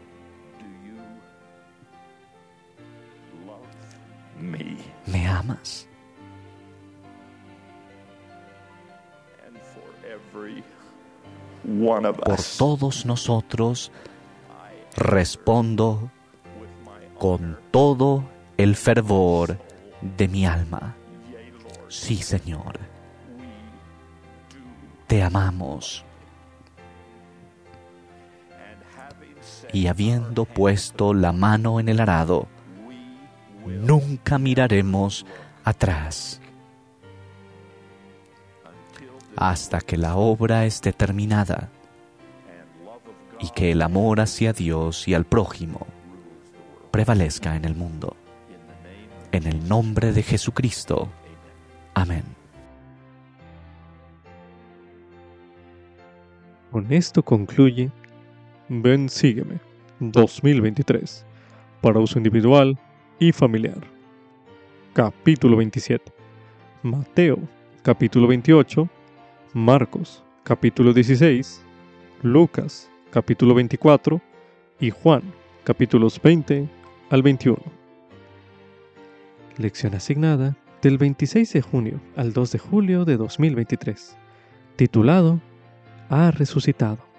¿me amas? Por todos nosotros respondo con todo el fervor de mi alma. Sí, Señor. Te amamos. Y habiendo puesto la mano en el arado, nunca miraremos atrás hasta que la obra esté terminada y que el amor hacia Dios y al prójimo prevalezca en el mundo. En el nombre de Jesucristo. Amén. Con esto concluye Ven Sígueme dos mil veintitrés para uso individual y familiar. Capítulo veintisiete. Mateo, capítulo veintiocho. Marcos, capítulo dieciséis. Lucas, capítulo veinticuatro. Y Juan, capítulos veinte al veintiuno. Lección asignada del veintiséis de junio al dos de julio de dos mil veintitrés. Titulado Ha resucitado.